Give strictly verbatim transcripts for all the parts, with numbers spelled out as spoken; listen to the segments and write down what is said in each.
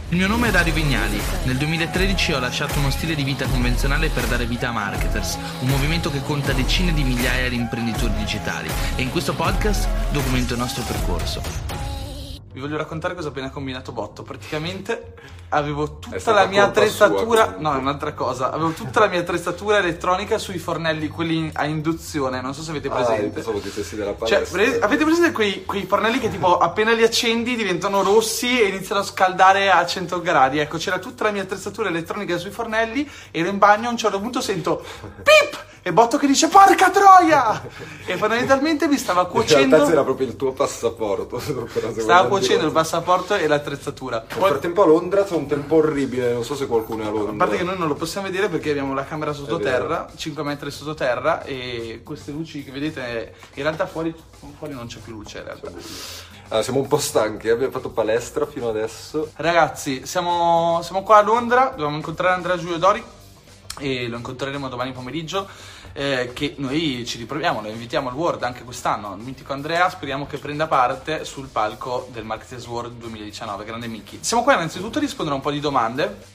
Il mio nome è Dario Vignali. Nel duemilatredici ho lasciato uno stile di vita convenzionale per dare vita a Marketers, un movimento che conta decine di migliaia di imprenditori digitali, e in questo podcast documento il nostro percorso. Vi voglio raccontare cosa ho appena combinato Botto. Praticamente avevo tutta la mia attrezzatura, sua, no, è un'altra cosa. Avevo tutta la mia attrezzatura elettronica sui fornelli, quelli a induzione. Non so se avete presente. Ah, dicessi della palestra. Cioè, avete presente quei, quei fornelli che tipo appena li accendi diventano rossi e iniziano a scaldare a cento gradi? Ecco, c'era tutta la mia attrezzatura elettronica sui fornelli. Ero in bagno, a un certo punto sento pip! E Botto che dice porca troia! E fondamentalmente mi stava cuocendo. In realtà c'era proprio il tuo passaporto. Stava cuocendo il passaporto e l'attrezzatura. Nel frattempo a Londra c'è un tempo orribile, non so se qualcuno è a Londra. A parte che noi non lo possiamo vedere perché abbiamo la camera sottoterra, cinque metri sottoterra, e queste luci che vedete, in realtà fuori, fuori non c'è più luce in realtà. Allora, siamo un po' stanchi, abbiamo fatto palestra fino adesso. Ragazzi, siamo, siamo qua a Londra, dobbiamo incontrare Andrea Giulio Dori e lo incontreremo domani pomeriggio. Eh, che noi ci riproviamo, lo invitiamo al World anche quest'anno, il mitico Andrea, speriamo che prenda parte sul palco del Marketers World duemiladiciannove, grande Mickey. Siamo qua innanzitutto a rispondere a un po' di domande.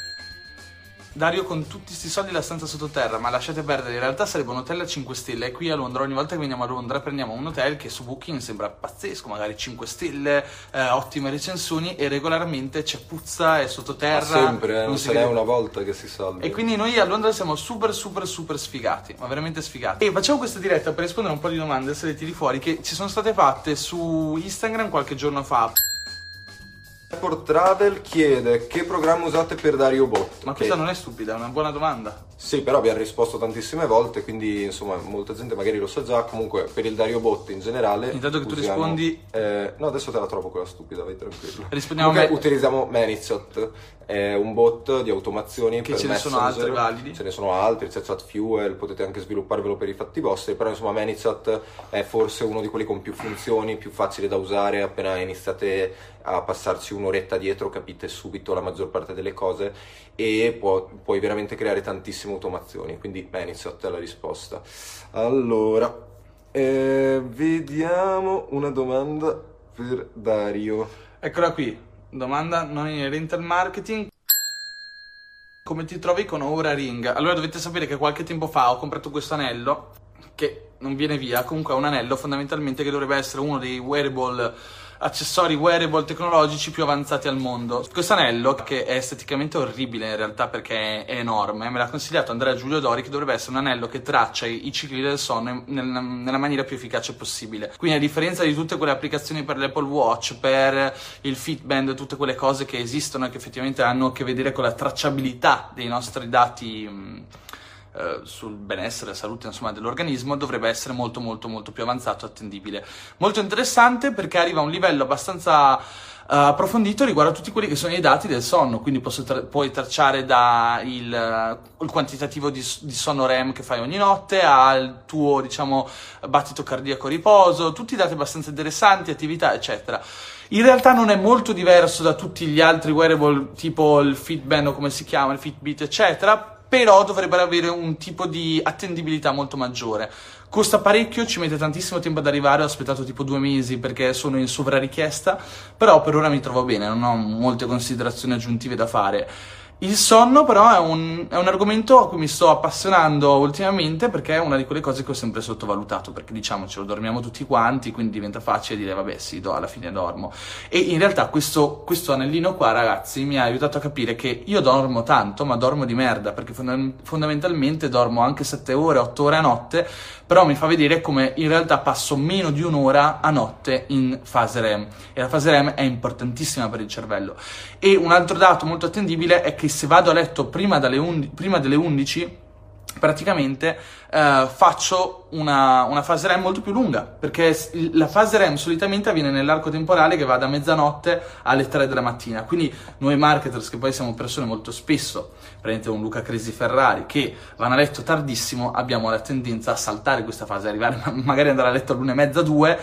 Dario, con tutti sti soldi la stanza sottoterra, ma lasciate perdere, in realtà sarebbe un hotel a cinque stelle, e qui a Londra ogni volta che veniamo a Londra prendiamo un hotel che su Booking sembra pazzesco, magari cinque stelle, eh, ottime recensioni, e regolarmente c'è puzza, è sottoterra. Ma sempre, eh, non se n'è una volta che si salva. E quindi noi a Londra siamo super super super sfigati, ma veramente sfigati. E facciamo questa diretta per rispondere a un po' di domande, se le tiri fuori, che ci sono state fatte su Instagram qualche giorno fa. Airport Travel chiede che programma usate per Dario Bot. Ma questa che... non è stupida, è una buona domanda. Sì, però abbiamo risposto tantissime volte, quindi insomma molta gente magari lo sa già. Comunque per il Dario Bot in generale, intanto che usiamo, tu rispondi eh, no, adesso te la trovo quella stupida, vai tranquillo. Rispondiamo Comunque, me... utilizziamo Manizot, è un bot di automazioni che per ce ne Messenger. sono altri validi, ce ne sono altri, c'è ChatFuel, potete anche svilupparvelo per i fatti vostri, però insomma Manizot è forse uno di quelli con più funzioni, più facile da usare. Appena iniziate a passarci un'oretta dietro capite subito la maggior parte delle cose e può, puoi veramente creare tantissime automazioni, quindi Manizot è la risposta. Allora, eh, vediamo una domanda per Dario. Eccola qui, domanda non inerente al marketing. Come ti trovi con Oura Ring? Allora, dovete sapere che qualche tempo fa ho comprato questo anello che non viene via, comunque è un anello fondamentalmente che dovrebbe essere uno dei wearable, accessori wearable tecnologici più avanzati al mondo. Questo anello, che è esteticamente orribile in realtà perché è enorme, me l'ha consigliato Andrea Giulio Dori, che dovrebbe essere un anello che traccia i cicli del sonno nella, nella maniera più efficace possibile. Quindi, a differenza di tutte quelle applicazioni per l'Apple Watch, per il Fitband, tutte quelle cose che esistono e che effettivamente hanno a che vedere con la tracciabilità dei nostri dati mh, sul benessere e salute insomma dell'organismo, dovrebbe essere molto molto molto più avanzato e attendibile. Molto interessante perché arriva a un livello abbastanza uh, approfondito riguardo a tutti quelli che sono i dati del sonno, quindi posso tra- puoi tracciare da il, uh, il quantitativo di, di sonno R E M che fai ogni notte al tuo, diciamo, battito cardiaco riposo, tutti i dati abbastanza interessanti, attività eccetera. In realtà non è molto diverso da tutti gli altri wearable tipo il Fitband o come si chiama, il Fitbit eccetera, però dovrebbero avere un tipo di attendibilità molto maggiore. Costa parecchio, ci mette tantissimo tempo ad arrivare, ho aspettato tipo due mesi perché sono in sovrarichiesta, però per ora mi trovo bene, non ho molte considerazioni aggiuntive da fare. Il sonno però è un, è un argomento a cui mi sto appassionando ultimamente perché è una di quelle cose che ho sempre sottovalutato, perché diciamocelo, dormiamo tutti quanti, quindi diventa facile dire vabbè sì, do, alla fine dormo. E in realtà questo, questo anellino qua, ragazzi, mi ha aiutato a capire che io dormo tanto, ma dormo di merda, perché fond- fondamentalmente dormo anche sette ore, otto ore a notte, però mi fa vedere come in realtà passo meno di un'ora a notte in fase R E M, e la fase R E M è importantissima per il cervello. E un altro dato molto attendibile è che se vado a letto prima, dalle undi- prima delle undici, praticamente eh, faccio una, una fase R E M molto più lunga, perché la fase R E M solitamente avviene nell'arco temporale che va da mezzanotte alle tre della mattina. Quindi noi marketers, che poi siamo persone molto spesso, prendete un Luca Cresi Ferrari, che vanno a letto tardissimo, abbiamo la tendenza a saltare questa fase, arrivare magari andare a letto all'una e mezza, due,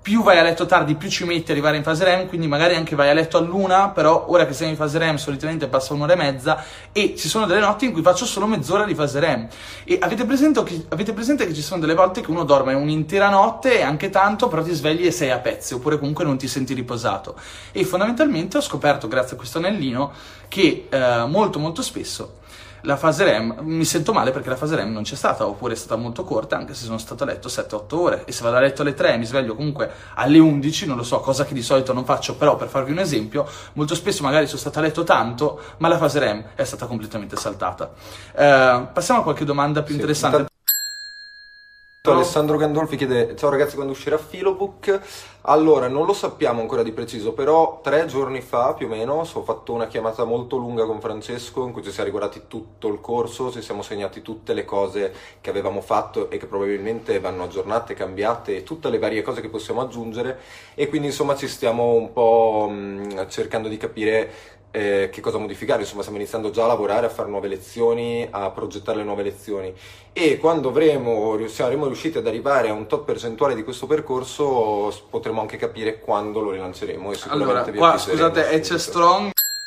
più vai a letto tardi, più ci metti ad arrivare in fase REM, quindi magari anche vai a letto all'una, però ora che siamo in fase REM solitamente passa un'ora e mezza e ci sono delle notti in cui faccio solo mezz'ora di fase REM. E avete presente che, avete presente che ci sono delle volte che uno dorme un'intera notte e anche tanto, però ti svegli e sei a pezzi, oppure comunque non ti senti riposato. E fondamentalmente ho scoperto, grazie a questo anellino, che eh, molto molto spesso la fase REM, mi sento male perché la fase REM non c'è stata, oppure è stata molto corta, anche se sono stato a letto sette otto ore, e se vado a letto alle tre e mi sveglio comunque alle undici, non lo so, cosa che di solito non faccio, però per farvi un esempio, molto spesso magari sono stato a letto tanto, ma la fase REM è stata completamente saltata. Eh, passiamo a qualche domanda più Sì, interessante. intanto Alessandro Gandolfi chiede: ciao ragazzi, quando uscirà Filobook? Allora, non lo sappiamo ancora di preciso, però tre giorni fa più o meno ho fatto una chiamata molto lunga con Francesco in cui ci siamo riguardati tutto il corso, ci siamo segnati tutte le cose che avevamo fatto e che probabilmente vanno aggiornate, cambiate, e tutte le varie cose che possiamo aggiungere, e quindi insomma ci stiamo un po' mh, cercando di capire Eh, che cosa modificare. Insomma, stiamo iniziando già a lavorare, a fare nuove lezioni, a progettare le nuove lezioni, e quando avremo, saremo riusciti ad arrivare a un top percentuale di questo percorso potremo anche capire quando lo rilanceremo, e sicuramente Allora, vi qua avviseremo scusate, Ece subito. Strong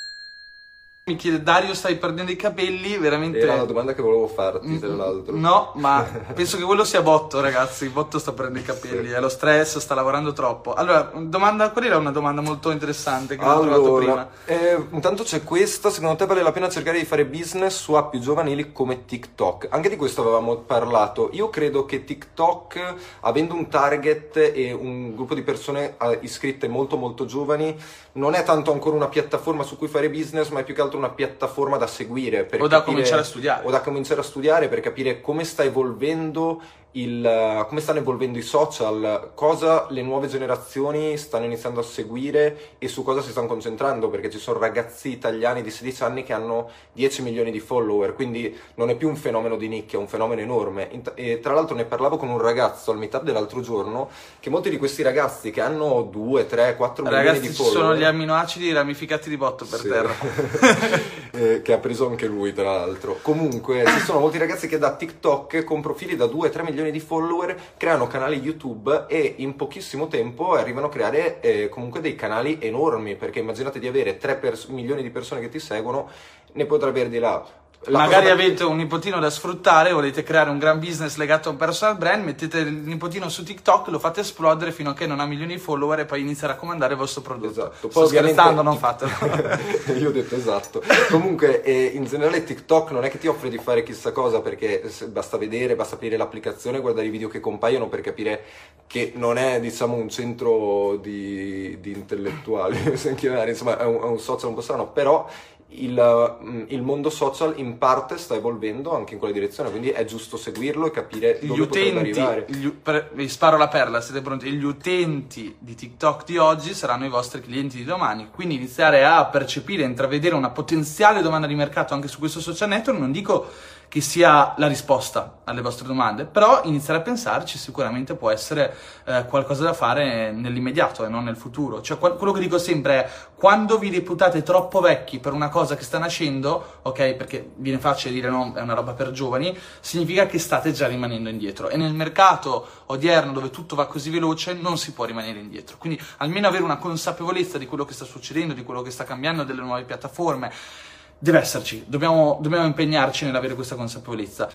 mi chiede: Dario, stai perdendo i capelli? Veramente... Era la domanda che volevo farti, tra l'altro. No, ma penso che quello sia Botto, ragazzi. Botto sta prendendo i capelli, Sì. è lo stress, sta lavorando troppo. Allora, domanda, quella era una domanda molto interessante che non ho trovato prima. Allora, eh, intanto c'è questa: secondo te vale la pena cercare di fare business su app più giovanili come TikTok? Anche di questo avevamo parlato. Io credo che TikTok, avendo un target e un gruppo di persone eh, iscritte molto molto giovani, non è tanto ancora una piattaforma su cui fare business, ma è più che altro una piattaforma da seguire per O da capire- cominciare a studiare. o da cominciare a studiare per capire come sta evolvendo il, come stanno evolvendo i social, cosa le nuove generazioni stanno iniziando a seguire e su cosa si stanno concentrando, perché ci sono ragazzi italiani di sedici anni che hanno dieci milioni di follower, quindi non è più un fenomeno di nicchia, è un fenomeno enorme. E tra l'altro ne parlavo con un ragazzo al meetup dell'altro giorno, che molti di questi ragazzi che hanno due, tre, quattro milioni Ragazzi, di ci follower... sono gli amminoacidi ramificati di Botto per Sì. terra. Eh, che ha preso anche lui, tra l'altro. Comunque, ci sono molti ragazzi che da TikTok, con profili da due tre milioni di follower, creano canali YouTube e in pochissimo tempo arrivano a creare eh, comunque dei canali enormi, perché immaginate di avere tre milioni di persone che ti seguono, ne potrai avere di là. La Magari cosa da- avete un nipotino da sfruttare, volete creare un gran business legato a un personal brand, mettete il nipotino su TikTok, lo fate esplodere fino a che non ha milioni di follower e poi inizia a raccomandare il vostro prodotto. Esatto. Sto ovviamente- scherzando, non fatelo. Io ho detto esatto. Comunque, eh, in generale TikTok non è che ti offre di fare chissà cosa, perché se- basta vedere, basta aprire l'applicazione, guardare i video che compaiono per capire che non è, diciamo, un centro di, di intellettuali, se chiamare, insomma, è un, è un social un po' strano, però il, mm, il mondo social in parte sta evolvendo anche in quella direzione, quindi è giusto seguirlo e capire Gli dove potrebbe utenti, arrivare. gli u- per- vi sparo la perla, siete pronti? Gli utenti di TikTok di oggi saranno i vostri clienti di domani, quindi iniziare a percepire, intravedere una potenziale domanda di mercato anche su questo social network, non dico che sia la risposta alle vostre domande, però iniziare a pensarci sicuramente può essere eh, qualcosa da fare nell'immediato e non nel futuro. Cioè, qual- quello che dico sempre è: quando vi reputate troppo vecchi per una cosa che sta nascendo, ok, perché viene facile dire no, è una roba per giovani, significa che state già rimanendo indietro, e nel mercato odierno dove tutto va così veloce non si può rimanere indietro. Quindi almeno avere una consapevolezza di quello che sta succedendo, di quello che sta cambiando, delle nuove piattaforme, deve esserci, dobbiamo, dobbiamo impegnarci nell'avere questa consapevolezza.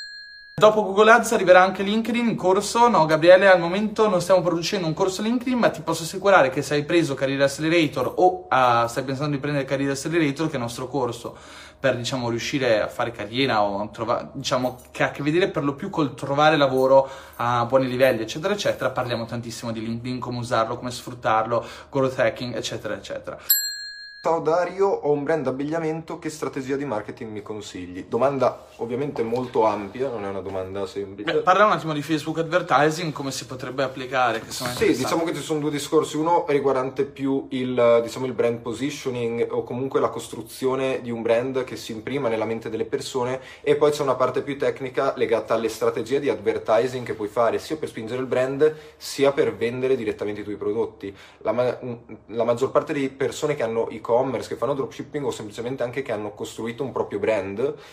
Dopo Google Ads arriverà anche LinkedIn in corso. No, Gabriele, al momento non stiamo producendo un corso LinkedIn, ma ti posso assicurare che se hai preso Career Accelerator o uh, stai pensando di prendere Career Accelerator, che è il nostro corso per, diciamo, riuscire a fare carriera o trovare, diciamo, che ha a che vedere per lo più col trovare lavoro a buoni livelli, eccetera, eccetera, parliamo tantissimo di LinkedIn, come usarlo, come sfruttarlo, growth hacking, eccetera, eccetera. Ciao Dario, ho un brand abbigliamento, che strategia di marketing mi consigli? Domanda ovviamente molto ampia, non è una domanda semplice. Beh, parla un attimo di Facebook Advertising, come si potrebbe applicare, che sono Sì, interessanti. diciamo che ci sono due discorsi, uno riguardante più il, diciamo, il brand positioning o comunque la costruzione di un brand che si imprima nella mente delle persone, e poi c'è una parte più tecnica legata alle strategie di advertising che puoi fare sia per spingere il brand sia per vendere direttamente i tuoi prodotti. La, ma- la maggior parte di persone che hanno e-commerce, che fanno dropshipping o semplicemente anche che hanno costruito un proprio brand,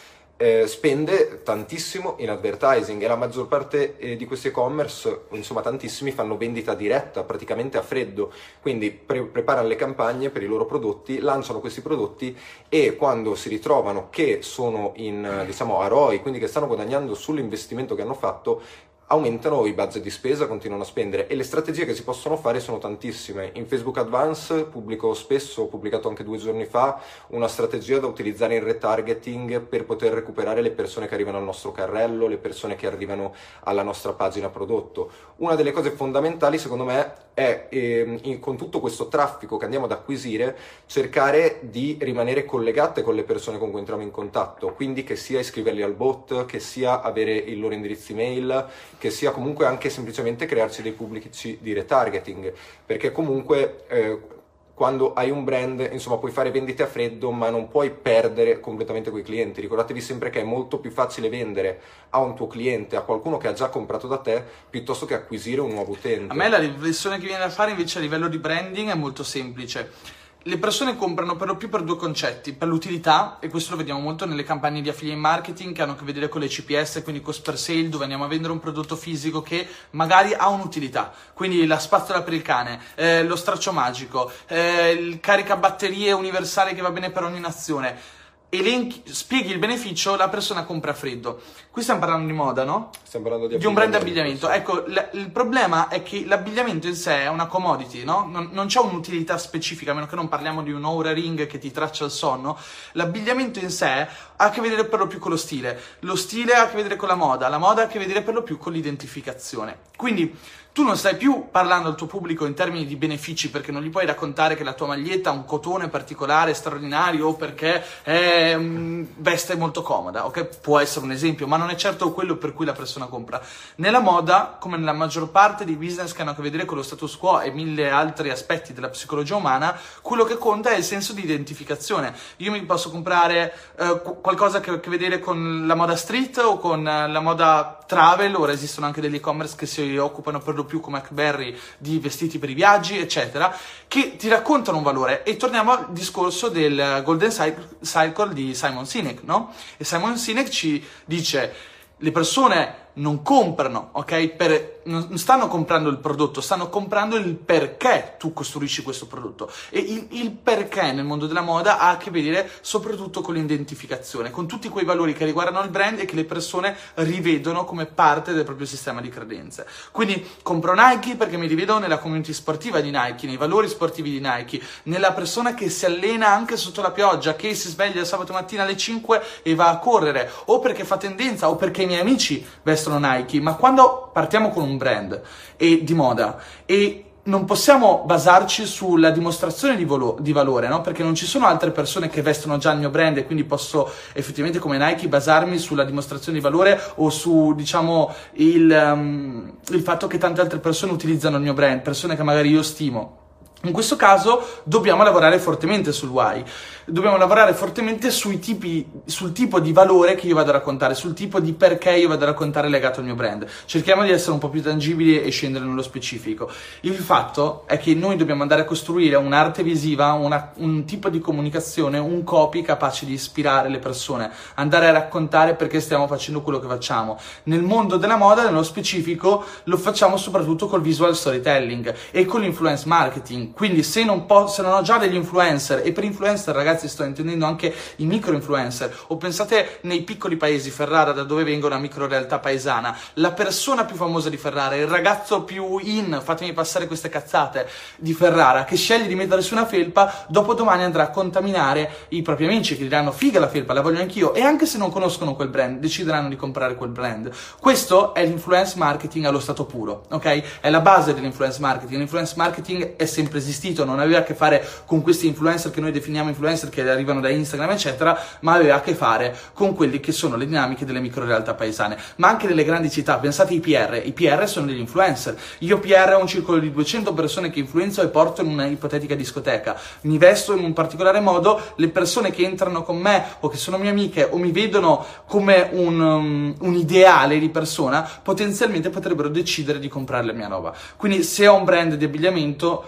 eh, spende tantissimo in advertising e la maggior parte eh, di questi e-commerce, insomma tantissimi, fanno vendita diretta, praticamente a freddo, quindi pre- preparano le campagne per i loro prodotti, lanciano questi prodotti e quando si ritrovano che sono in, diciamo, a R O I, quindi che stanno guadagnando sull'investimento che hanno fatto, aumentano i budget di spesa, continuano a spendere e le strategie che si possono fare sono tantissime. In Facebook Advance pubblico spesso, ho pubblicato anche due giorni fa, una strategia da utilizzare in retargeting per poter recuperare le persone che arrivano al nostro carrello, le persone che arrivano alla nostra pagina prodotto. Una delle cose fondamentali secondo me è, eh, in, con tutto questo traffico che andiamo ad acquisire, cercare di rimanere collegate con le persone con cui entriamo in contatto, quindi che sia iscriverli al bot, che sia avere il loro indirizzo email, che sia comunque anche semplicemente crearci dei pubblici di retargeting, perché comunque eh, quando hai un brand, insomma, puoi fare vendite a freddo, ma non puoi perdere completamente quei clienti. Ricordatevi sempre che è molto più facile vendere a un tuo cliente, a qualcuno che ha già comprato da te, piuttosto che acquisire un nuovo utente. A me la riflessione che viene da fare invece a livello di branding è molto semplice. Le persone comprano per lo più per due concetti, per l'utilità, e questo lo vediamo molto nelle campagne di affiliate marketing che hanno a che vedere con le C P S, quindi cost per sale, dove andiamo a vendere un prodotto fisico che magari ha un'utilità, quindi la spazzola per il cane, eh, lo straccio magico, eh, il caricabatterie universale che va bene per ogni nazione. Elenchi, spieghi il beneficio, la persona compra a freddo. Qui stiamo parlando di moda, no? Stiamo parlando di, di un brand abbigliamento. Sì. Ecco, l- il problema è che l'abbigliamento in sé è una commodity, no? Non, non c'è un'utilità specifica, a meno che non parliamo di un Oura Ring che ti traccia il sonno. L'abbigliamento in sé ha a che vedere per lo più con lo stile. Lo stile ha a che vedere con la moda. La moda ha a che vedere per lo più con l'identificazione. Quindi tu non stai più parlando al tuo pubblico in termini di benefici, perché non gli puoi raccontare che la tua maglietta ha un cotone particolare, straordinario, o perché è um, veste molto comoda, ok? Può essere un esempio, ma non è certo quello per cui la persona compra. Nella moda, come nella maggior parte dei business che hanno a che vedere con lo status quo e mille altri aspetti della psicologia umana, quello che conta è il senso di identificazione. Io mi posso comprare uh, qualcosa che ha a che vedere con la moda street o con uh, la moda travel. Ora esistono anche degli e-commerce che si occupano per lo più come Hackberry di vestiti per i viaggi, eccetera, che ti raccontano un valore. E torniamo al discorso del Golden Cycle di Simon Sinek, no? E Simon Sinek ci dice: le persone non comprano, ok? Per, non stanno comprando il prodotto, stanno comprando il perché tu costruisci questo prodotto. E il, il perché nel mondo della moda ha a che vedere soprattutto con l'identificazione, con tutti quei valori che riguardano il brand e che le persone rivedono come parte del proprio sistema di credenze. Quindi compro Nike perché mi rivedo nella community sportiva di Nike, nei valori sportivi di Nike, nella persona che si allena anche sotto la pioggia, che si sveglia il sabato mattina alle cinque e va a correre, o perché fa tendenza, o perché i miei amici vestono Nike. Ma quando partiamo con un brand e di moda e non possiamo basarci sulla dimostrazione di, volo- di valore, no? Perché non ci sono altre persone che vestono già il mio brand e quindi posso effettivamente come Nike basarmi sulla dimostrazione di valore o su, diciamo, il, um, il fatto che tante altre persone utilizzano il mio brand, persone che magari io stimo. In questo caso dobbiamo lavorare fortemente sul why, dobbiamo lavorare fortemente sui tipi, sul tipo di valore che io vado a raccontare, sul tipo di perché io vado a raccontare legato al mio brand. Cerchiamo di essere un po' più tangibili e scendere nello specifico. Il fatto è che noi dobbiamo andare a costruire un'arte visiva, una, un tipo di comunicazione, un copy capace di ispirare le persone, andare a raccontare perché stiamo facendo quello che facciamo. Nel mondo della moda, nello specifico, lo facciamo soprattutto col visual storytelling e con l'influence marketing. Quindi se non, po- se non ho già degli influencer, e per influencer ragazzi sto intendendo anche i micro influencer, o pensate nei piccoli paesi, Ferrara da dove vengo, una micro realtà paesana, la persona più famosa di Ferrara, il ragazzo più in, fatemi passare queste cazzate, di Ferrara, che sceglie di mettere su una felpa, dopodomani andrà a contaminare i propri amici che diranno figa la felpa, la voglio anch'io, e anche se non conoscono quel brand decideranno di comprare quel brand. Questo è l'influence marketing allo stato puro, ok? È la base dell'influence marketing. L'influence marketing è sempre esistito, non aveva a che fare con questi influencer che noi definiamo influencer che arrivano da Instagram eccetera, ma aveva a che fare con quelli che sono le dinamiche delle micro realtà paesane, ma anche delle grandi città. Pensate ai P R, i P R sono degli influencer. Io P R ho un circolo di duecento persone che influenzo e porto in una ipotetica discoteca, mi vesto in un particolare modo, le persone che entrano con me o che sono mie amiche o mi vedono come un, um, un ideale di persona, potenzialmente potrebbero decidere di comprare la mia roba. Quindi se ho un brand di abbigliamento, secondo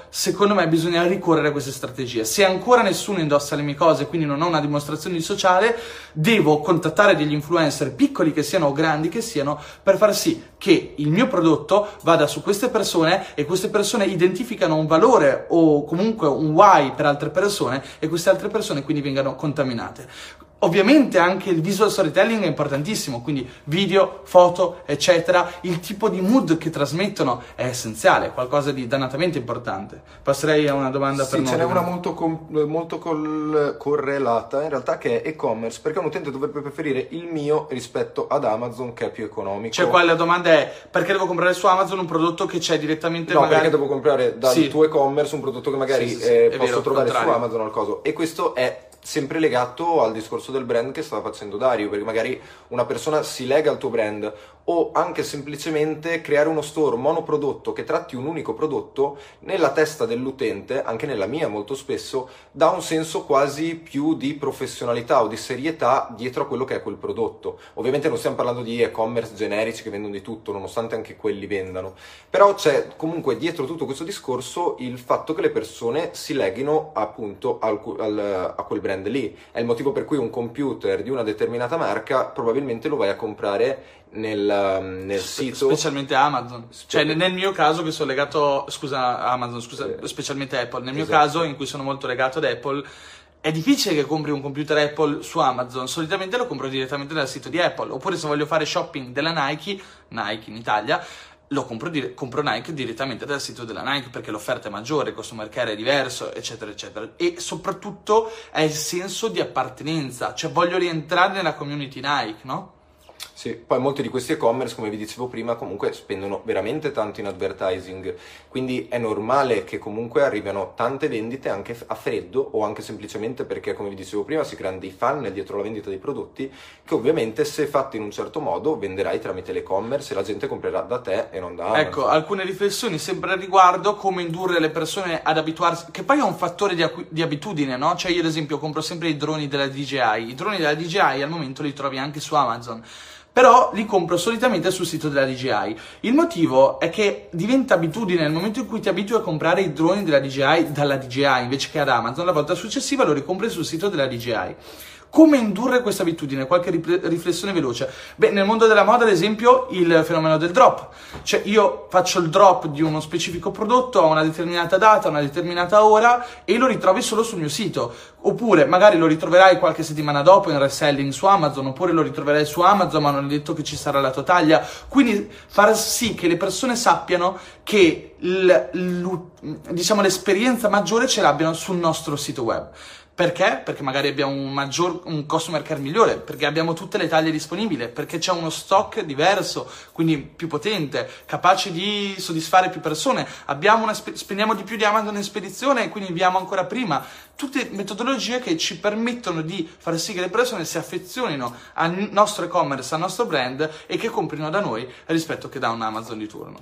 secondo me bisogna ricorrere a queste strategie. Se ancora nessuno indossa le mie cose, quindi non ho una dimostrazione di sociale, devo contattare degli influencer, piccoli che siano o grandi che siano, per far sì che il mio prodotto vada su queste persone e queste persone identificano un valore o comunque un why per altre persone e queste altre persone quindi vengano contaminate. Ovviamente anche il visual storytelling è importantissimo, quindi video, foto, eccetera. Il tipo di mood che trasmettono è essenziale, qualcosa di dannatamente importante. Passerei a una domanda sì, per noi. Ce n'è una molto, com- molto col- correlata, in realtà, che è e-commerce, perché un utente dovrebbe preferire il mio rispetto ad Amazon, che è più economico. Cioè, qua la domanda è, perché devo comprare su Amazon un prodotto che c'è direttamente no, magari... perché devo comprare dal sì. tuo e-commerce un prodotto che magari Sì, sì, sì, eh, è posso vero, trovare su contrario. Amazon o al coso. E questo è sempre legato al discorso del brand che stava facendo Dario, perché magari una persona si lega al tuo brand, o anche semplicemente creare uno store monoprodotto che tratti un unico prodotto, nella testa dell'utente, anche nella mia molto spesso, dà un senso quasi più di professionalità o di serietà dietro a quello che è quel prodotto. Ovviamente non stiamo parlando di e-commerce generici che vendono di tutto, nonostante anche quelli vendano, però c'è comunque dietro tutto questo discorso il fatto che le persone si leghino appunto al, al, a quel brand lì. È il motivo per cui un computer di una determinata marca probabilmente lo vai a comprare nel, nel sito, specialmente Amazon, cioè nel mio caso che sono legato, scusa Amazon, scusa, eh, specialmente Apple, nel mio esatto. caso in cui sono molto legato ad Apple, è difficile che compri un computer Apple su Amazon, solitamente lo compro direttamente dal sito di Apple, oppure se voglio fare shopping della Nike, Nike in Italia, lo compro, dire- compro Nike direttamente dal sito della Nike perché l'offerta è maggiore, il customer care è diverso, eccetera, eccetera. E soprattutto è il senso di appartenenza, cioè voglio rientrare nella community Nike, no? Sì, poi molti di questi e-commerce, come vi dicevo prima, comunque spendono veramente tanto in advertising, quindi è normale che comunque arrivino tante vendite anche a freddo o anche semplicemente perché, come vi dicevo prima, si creano dei funnel dietro la vendita dei prodotti che ovviamente, se fatti in un certo modo, venderai tramite l'e-commerce e la gente comprerà da te e non da Amazon. Ecco, alcune riflessioni sempre al riguardo, come indurre le persone ad abituarsi, che poi è un fattore di, acqu- di abitudine, no? Cioè io ad esempio compro sempre i droni della D J I, i droni della D J I al momento li trovi anche su Amazon, però li compro solitamente sul sito della D J I. Il motivo è che diventa abitudine nel momento in cui ti abitui a comprare i droni della D J I dalla D J I invece che ad Amazon, la volta successiva lo ricompri sul sito della D J I. Come indurre questa abitudine? Qualche riflessione veloce. Beh, nel mondo della moda, ad esempio, il fenomeno del drop. Cioè, io faccio il drop di uno specifico prodotto a una determinata data, a una determinata ora, e lo ritrovi solo sul mio sito. Oppure, magari lo ritroverai qualche settimana dopo in reselling su Amazon, oppure lo ritroverai su Amazon, ma non è detto che ci sarà la tua taglia. Quindi, far sì che le persone sappiano che il, il, diciamo, l'esperienza maggiore ce l'abbiano sul nostro sito web. Perché? Perché magari abbiamo un maggior un customer care migliore, perché abbiamo tutte le taglie disponibili, perché c'è uno stock diverso, quindi più potente, capace di soddisfare più persone. Abbiamo una spe- spendiamo di più di Amazon in spedizione e quindi inviamo ancora prima. Tutte metodologie che ci permettono di far sì che le persone si affezionino al nostro e-commerce, al nostro brand e che comprino da noi rispetto che da un Amazon di turno.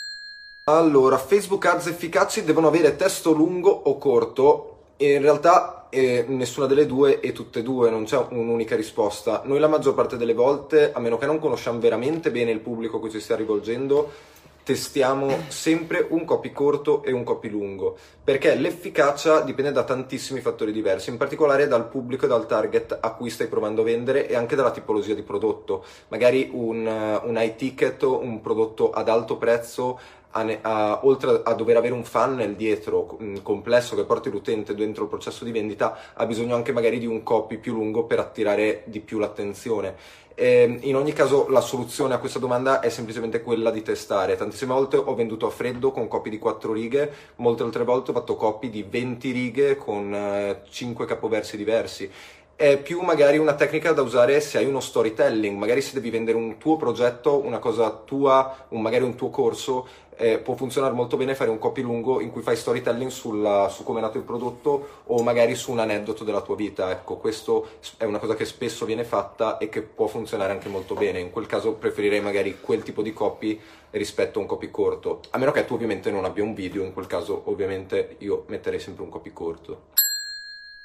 Allora, Facebook Ads efficaci devono avere testo lungo o corto? In realtà eh, nessuna delle due e tutte e due, non c'è un'unica risposta. Noi la maggior parte delle volte, a meno che non conosciamo veramente bene il pubblico a cui ci stia rivolgendo, testiamo sempre un copy corto e un copy lungo, perché l'efficacia dipende da tantissimi fattori diversi, in particolare dal pubblico e dal target a cui stai provando a vendere e anche dalla tipologia di prodotto. Magari un, un high ticket, un prodotto ad alto prezzo, A, a, oltre a dover avere un funnel dietro mh, complesso che porti l'utente dentro il processo di vendita, ha bisogno anche magari di un copy più lungo per attirare di più l'attenzione. E in ogni caso la soluzione a questa domanda è semplicemente quella di testare. Tantissime volte ho venduto a freddo con copy di quattro righe, molte altre volte ho fatto copy di venti righe con eh, cinque capoversi diversi. È più magari una tecnica da usare se hai uno storytelling, magari se devi vendere un tuo progetto, una cosa tua, un, magari un tuo corso, eh, può funzionare molto bene fare un copy lungo in cui fai storytelling sulla, su come è nato il prodotto o magari su un aneddoto della tua vita. Ecco, questo è una cosa che spesso viene fatta e che può funzionare anche molto bene. In quel caso preferirei magari quel tipo di copy rispetto a un copy corto, a meno che tu ovviamente non abbia un video. In quel caso ovviamente io metterei sempre un copy corto.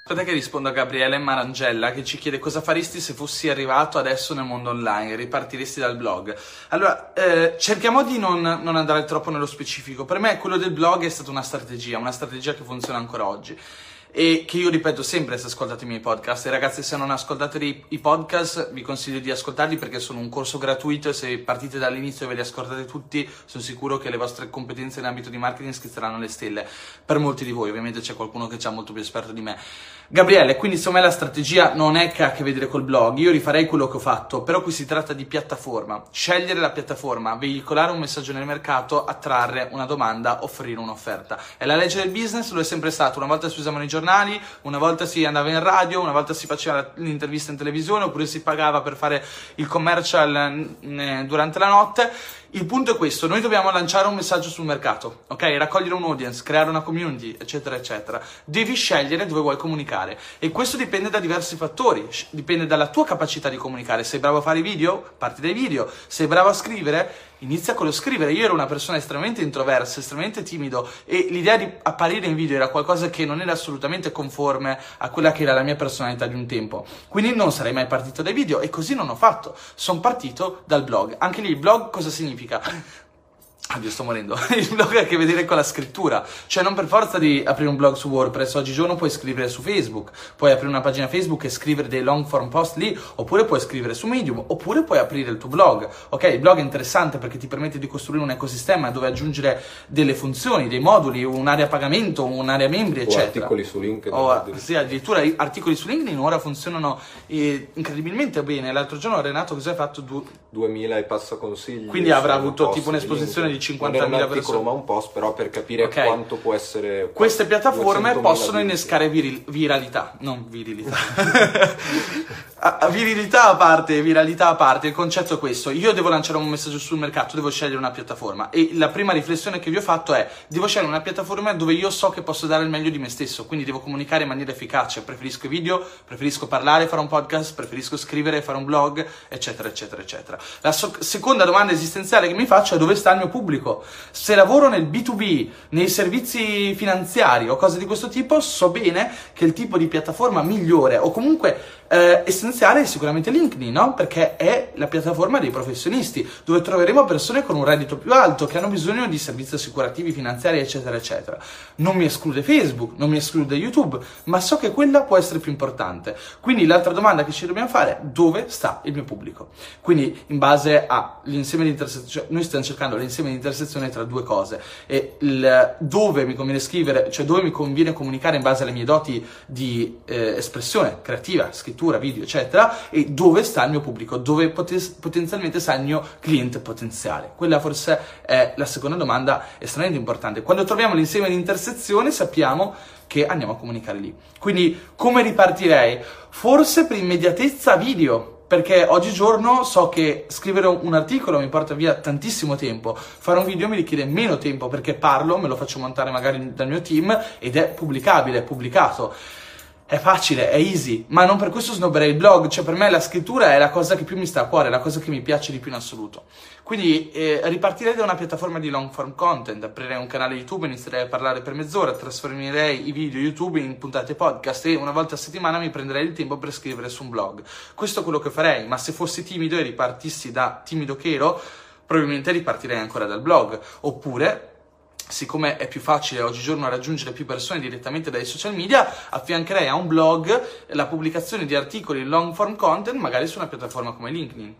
Aspetta che rispondo a Gabriele Marangella che ci chiede cosa faresti se fossi arrivato adesso nel mondo online, ripartiresti dal blog. Allora, eh, cerchiamo di non, non andare troppo nello specifico. Per me quello del blog è stata una strategia, una strategia che funziona ancora oggi. E che io ripeto sempre se ascoltate i miei podcast. E ragazzi, se non ascoltate i, i podcast vi consiglio di ascoltarli perché sono un corso gratuito e se partite dall'inizio e ve li ascoltate tutti sono sicuro che le vostre competenze in ambito di marketing schizzeranno le stelle per molti di voi. Ovviamente c'è qualcuno che è già molto più esperto di me. Gabriele, quindi secondo me la strategia non è che ha a che vedere col blog, io rifarei quello che ho fatto, però qui si tratta di piattaforma, scegliere la piattaforma, veicolare un messaggio nel mercato, attrarre una domanda, offrire un'offerta. È la legge del business, lo è sempre stato, una volta si usavano i giornali, una volta si andava in radio, una volta si faceva l'intervista in televisione, oppure si pagava per fare il commercial durante la notte. Il punto è questo, noi dobbiamo lanciare un messaggio sul mercato, ok? Raccogliere un audience, creare una community, eccetera, eccetera. Devi scegliere dove vuoi comunicare e questo dipende da diversi fattori, dipende dalla tua capacità di comunicare. Sei bravo a fare i video? Parti dai video. Sei bravo a scrivere? Inizia con lo scrivere. Io ero una persona estremamente introversa, estremamente timido e l'idea di apparire in video era qualcosa che non era assolutamente conforme a quella che era la mia personalità di un tempo. Quindi non sarei mai partito dai video e così non ho fatto. Sono partito dal blog. Anche lì il blog cosa significa? Oddio, sto morendo. Il blog ha a che vedere con la scrittura, cioè non per forza di aprire un blog su WordPress. Oggigiorno puoi scrivere su Facebook, puoi aprire una pagina Facebook e scrivere dei long form post lì, oppure puoi scrivere su Medium, oppure puoi aprire il tuo blog. Ok, il blog è interessante perché ti permette di costruire un ecosistema dove aggiungere delle funzioni, dei moduli, un'area a pagamento, un'area membri, eccetera. O articoli su LinkedIn. O, sì, addirittura articoli su LinkedIn ora funzionano eh, incredibilmente bene. L'altro giorno Renato cosa hai fatto? Du- duemila e passa consigli. Quindi avrà avuto tipo un'esposizione di cinquantamila persone, ma un post, però per capire okay. quanto può essere. Queste piattaforme possono innescare viril- viralità, non virilità. a- virilità a parte, viralità a parte, il concetto è questo: io devo lanciare un messaggio sul mercato, devo scegliere una piattaforma e la prima riflessione che vi ho fatto è: devo scegliere una piattaforma dove io so che posso dare il meglio di me stesso, quindi devo comunicare in maniera efficace. Preferisco i video, preferisco parlare, fare un podcast, preferisco scrivere, fare un blog, eccetera, eccetera, eccetera. La so- seconda domanda esistenziale che mi faccio è: dove sta il mio pubblico? Se lavoro nel B due B, nei servizi finanziari o cose di questo tipo, so bene che il tipo di piattaforma migliore o comunque eh, essenziale è sicuramente LinkedIn, no? Perché è la piattaforma dei professionisti, dove troveremo persone con un reddito più alto, che hanno bisogno di servizi assicurativi, finanziari, eccetera, eccetera. Non mi esclude Facebook, non mi esclude YouTube, ma so che quella può essere più importante. Quindi l'altra domanda che ci dobbiamo fare è: dove sta il mio pubblico? Quindi in base all'insieme di intersezioni, cioè noi stiamo cercando l'insieme di intersezione tra due cose e il dove mi conviene scrivere, cioè dove mi conviene comunicare in base alle mie doti di eh, espressione creativa, scrittura, video, eccetera, e dove sta il mio pubblico, dove poten- potenzialmente sta il mio cliente potenziale. Quella forse è la seconda domanda estremamente importante. Quando troviamo l'insieme di intersezione sappiamo che andiamo a comunicare lì. Quindi come ripartirei? Forse per immediatezza video, perché oggigiorno so che scrivere un articolo mi porta via tantissimo tempo, fare un video mi richiede meno tempo perché parlo, me lo faccio montare magari dal mio team ed è pubblicabile, è pubblicato. È facile, è easy, ma non per questo snobberei il blog. Cioè per me la scrittura è la cosa che più mi sta a cuore, è la cosa che mi piace di più in assoluto. Quindi eh, ripartirei da una piattaforma di long form content, aprirei un canale YouTube, inizierei a parlare per mezz'ora, trasformerei i video YouTube in puntate podcast e una volta a settimana mi prenderei il tempo per scrivere su un blog. Questo è quello che farei, ma se fossi timido e ripartissi da timido che ero, probabilmente ripartirei ancora dal blog, oppure siccome è più facile oggigiorno raggiungere più persone direttamente dai social media, affiancherei a un blog la pubblicazione di articoli long form content, magari su una piattaforma come LinkedIn.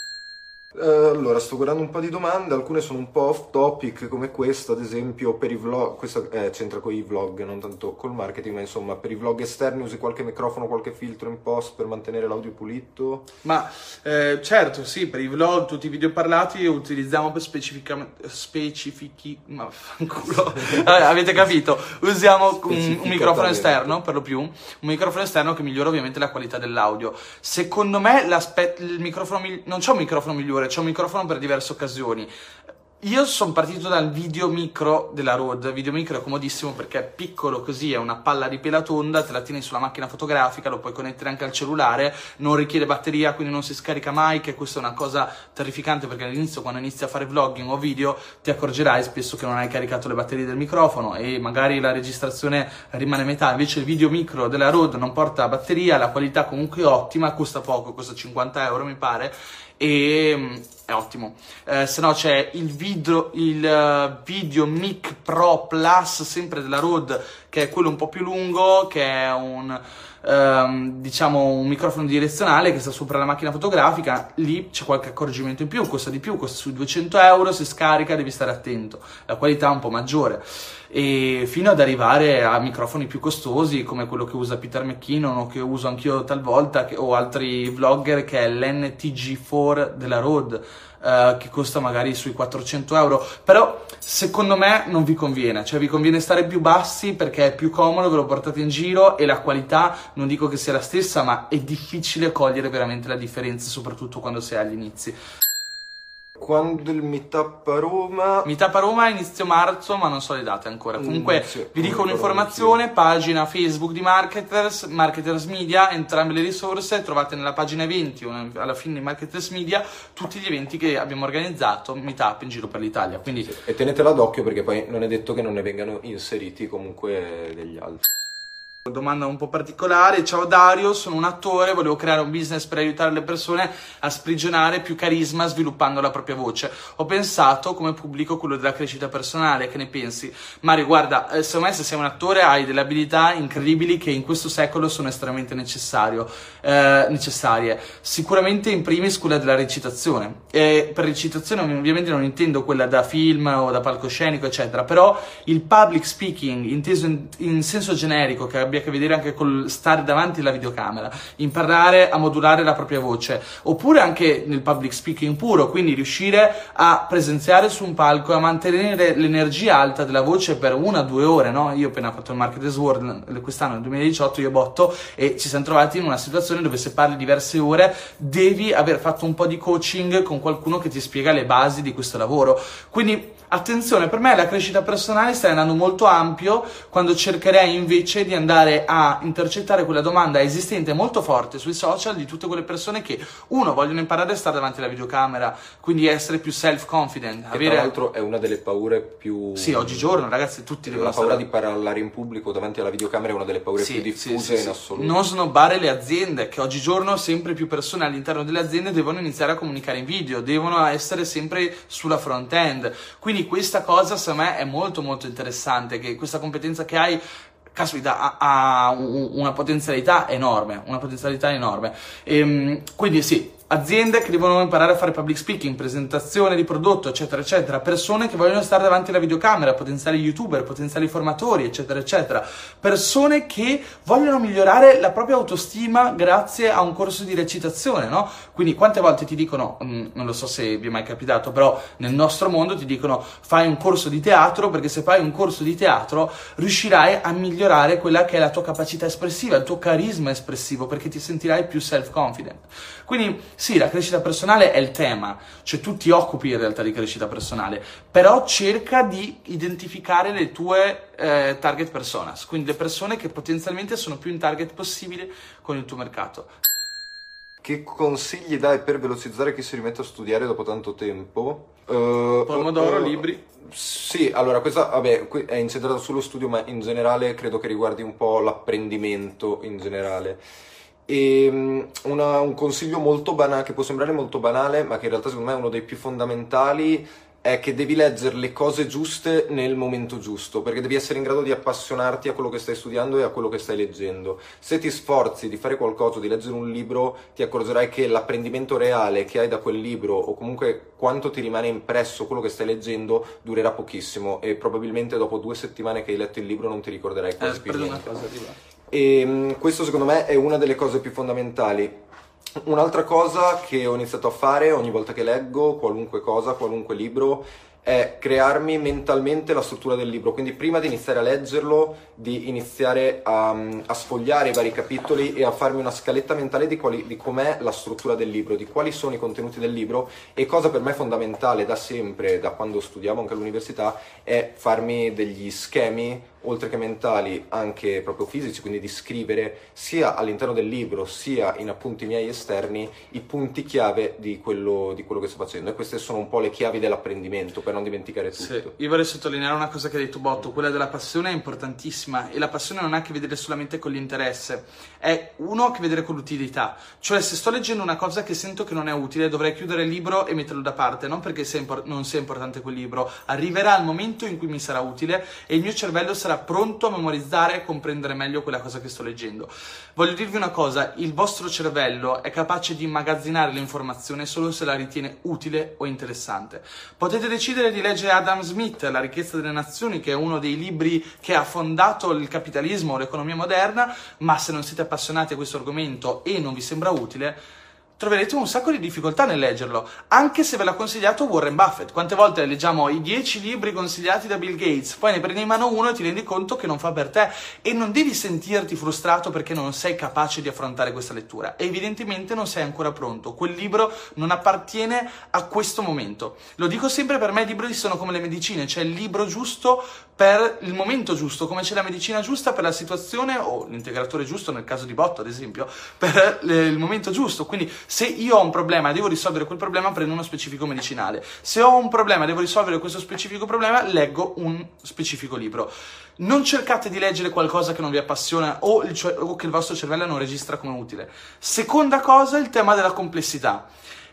Uh, allora, sto guardando un po' di domande, alcune sono un po' off topic come questa, ad esempio per i vlog, questa eh, c'entra con i vlog, non tanto col marketing, ma insomma per i vlog esterni usi qualche microfono, qualche filtro in post per mantenere l'audio pulito? Ma eh, certo, sì, per i vlog, tutti i video parlati utilizziamo per specificamente, specifichi, ma fanculo, allora, avete capito, usiamo un, un microfono esterno per lo più, un microfono esterno che migliora ovviamente la qualità dell'audio. Secondo me il microfono, non c'è un microfono migliore, c'è un microfono per diverse occasioni. Io sono partito dal video micro della Rode. Il video micro è comodissimo perché è piccolo così, è una palla di pela tonda, te la tieni sulla macchina fotografica, lo puoi connettere anche al cellulare, non richiede batteria, quindi non si scarica mai, che questa è una cosa terrificante perché all'inizio, quando inizi a fare vlogging o video, ti accorgerai spesso che non hai caricato le batterie del microfono e magari la registrazione rimane a metà. Invece il video micro della Rode non porta batteria, la qualità comunque è ottima, costa poco, costa cinquanta euro mi pare, e è ottimo. Eh, se no c'è il video, il uh, Video Mic Pro Plus, sempre della Rode, che è quello un po' più lungo, che è un um, diciamo un microfono direzionale che sta sopra la macchina fotografica. Lì c'è qualche accorgimento in più, costa di più, costa sui duecento euro, si scarica, devi stare attento, la qualità è un po' maggiore, e fino ad arrivare a microfoni più costosi come quello che usa Peter McKinnon o che uso anch'io talvolta, che, o altri vlogger, che è l'N T G quattro della Rode, uh, che costa magari sui quattrocento euro. Però secondo me non vi conviene, cioè vi conviene stare più bassi perché è più comodo, ve lo portate in giro e la qualità non dico che sia la stessa, ma è difficile cogliere veramente la differenza, soprattutto quando si è agli inizi. Quando il meetup a Roma? Meetup a Roma inizio marzo, ma non so le date ancora. Comunque mm, sì, vi dico un'informazione: pagina Facebook di Marketers, Marketers Media, entrambe le risorse trovate nella pagina eventi o alla fine di Marketers Media tutti gli eventi che abbiamo organizzato, meetup in giro per l'Italia. Quindi sì, e tenetela d'occhio perché poi non è detto che non ne vengano inseriti comunque degli altri. Domanda un po' particolare. Ciao Dario, sono un attore, volevo creare un business per aiutare le persone a sprigionare più carisma sviluppando la propria voce. Ho pensato come pubblico quello della crescita personale, che ne pensi? Mario, guarda, secondo me se sei un attore hai delle abilità incredibili che in questo secolo sono estremamente necessario, eh, necessarie. Sicuramente in primis quella della recitazione. E per recitazione ovviamente non intendo quella da film o da palcoscenico eccetera, però il public speaking inteso in, in senso generico, che abbia a che vedere anche col stare davanti alla videocamera, imparare a modulare la propria voce, oppure anche nel public speaking puro, quindi riuscire a presenziare su un palco e a mantenere l'energia alta della voce per una o due ore, no? Io ho appena fatto il Marketers World quest'anno, nel duemiladiciotto, io botto, e ci siamo trovati in una situazione dove se parli diverse ore devi aver fatto un po' di coaching con qualcuno che ti spiega le basi di questo lavoro. Quindi attenzione, per me la crescita personale sta andando molto ampio, quando cercherei invece di andare a intercettare quella domanda esistente molto forte sui social di tutte quelle persone che, uno, vogliono imparare a stare davanti alla videocamera, quindi essere più self-confident. Che avere... tra l'altro è una delle paure più... Sì, oggigiorno, ragazzi, tutti devono La paura stare... di parlare in pubblico davanti alla videocamera è una delle paure sì, più diffuse sì, sì, in sì. assoluto. Non snobbare le aziende, che oggigiorno sempre più persone all'interno delle aziende devono iniziare a comunicare in video, devono essere sempre sulla front-end. Quindi questa cosa, secondo me, è molto molto interessante, che questa competenza che hai, caspita, ha, ha una potenzialità enorme, una potenzialità enorme. E, quindi sì, aziende che devono imparare a fare public speaking, presentazione di prodotto, eccetera, eccetera, persone che vogliono stare davanti alla videocamera, potenziali youtuber, potenziali formatori, eccetera, eccetera, persone che vogliono migliorare la propria autostima grazie a un corso di recitazione, no? Quindi quante volte ti dicono, mh, non lo so se vi è mai capitato, però nel nostro mondo ti dicono fai un corso di teatro, perché se fai un corso di teatro riuscirai a migliorare quella che è la tua capacità espressiva, il tuo carisma espressivo, perché ti sentirai più self-confident. Quindi sì, la crescita personale è il tema, cioè tu ti occupi in realtà di crescita personale, però cerca di identificare le tue eh, target personas, quindi le persone che potenzialmente sono più in target possibile con il tuo mercato. Che consigli dai per velocizzare chi si rimette a studiare dopo tanto tempo? Uh, Pomodoro, uh, libri? Sì, allora questa vabbè, è incentrata sullo studio, ma in generale credo che riguardi un po' l'apprendimento in generale. E una, un consiglio molto banale, che può sembrare molto banale, ma che in realtà secondo me è uno dei più fondamentali, è che devi leggere le cose giuste nel momento giusto, perché devi essere in grado di appassionarti a quello che stai studiando e a quello che stai leggendo. Se ti sforzi di fare qualcosa, di leggere un libro, ti accorgerai che l'apprendimento reale che hai da quel libro, o comunque quanto ti rimane impresso quello che stai leggendo, durerà pochissimo, e probabilmente dopo due settimane che hai letto il libro non ti ricorderai quasi eh, più niente. Una cosa, arriva. E questo secondo me è una delle cose più fondamentali. Un'altra cosa che ho iniziato a fare ogni volta che leggo qualunque cosa, qualunque libro, è crearmi mentalmente la struttura del libro, quindi prima di iniziare a leggerlo, di iniziare a, a sfogliare i vari capitoli e a farmi una scaletta mentale di, quali, di com'è la struttura del libro, di quali sono i contenuti del libro, e cosa per me è fondamentale da sempre, da quando studiavo anche all'università, è farmi degli schemi, oltre che mentali, anche proprio fisici, quindi di scrivere sia all'interno del libro sia in appunti miei esterni i punti chiave di quello, di quello che sto facendo, e queste sono un po' le chiavi dell'apprendimento per non dimenticare tutto. Sì, io vorrei sottolineare una cosa che hai detto, Botto, quella della passione è importantissima, e la passione non ha a che vedere solamente con l'interesse, è uno a che vedere con l'utilità. Cioè, se sto leggendo una cosa che sento che non è utile, dovrei chiudere il libro e metterlo da parte, non perché sia impor- non sia importante quel libro, arriverà il momento in cui mi sarà utile e il mio cervello sarà pronto a memorizzare e comprendere meglio quella cosa che sto leggendo. Voglio dirvi una cosa, il vostro cervello è capace di immagazzinare l'informazione solo se la ritiene utile o interessante. Potete decidere di leggere Adam Smith, La ricchezza delle nazioni, che è uno dei libri che ha fondato il capitalismo o l'economia moderna, ma se non siete appassionati a questo argomento e non vi sembra utile, troverete un sacco di difficoltà nel leggerlo, anche se ve l'ha consigliato Warren Buffett. Quante volte leggiamo i dieci libri consigliati da Bill Gates, poi ne prendi in mano uno e ti rendi conto che non fa per te, e non devi sentirti frustrato perché non sei capace di affrontare questa lettura. Evidentemente non sei ancora pronto, quel libro non appartiene a questo momento. Lo dico sempre, per me i libri sono come le medicine, c'è il libro giusto per il momento giusto, come c'è la medicina giusta per la situazione, o l'integratore giusto nel caso di Botto ad esempio, per il momento giusto. Quindi se io ho un problema e devo risolvere quel problema, prendo uno specifico medicinale. Se ho un problema e devo risolvere questo specifico problema, leggo un specifico libro. Non cercate di leggere qualcosa che non vi appassiona o, il, o che il vostro cervello non registra come utile. Seconda cosa, il tema della complessità.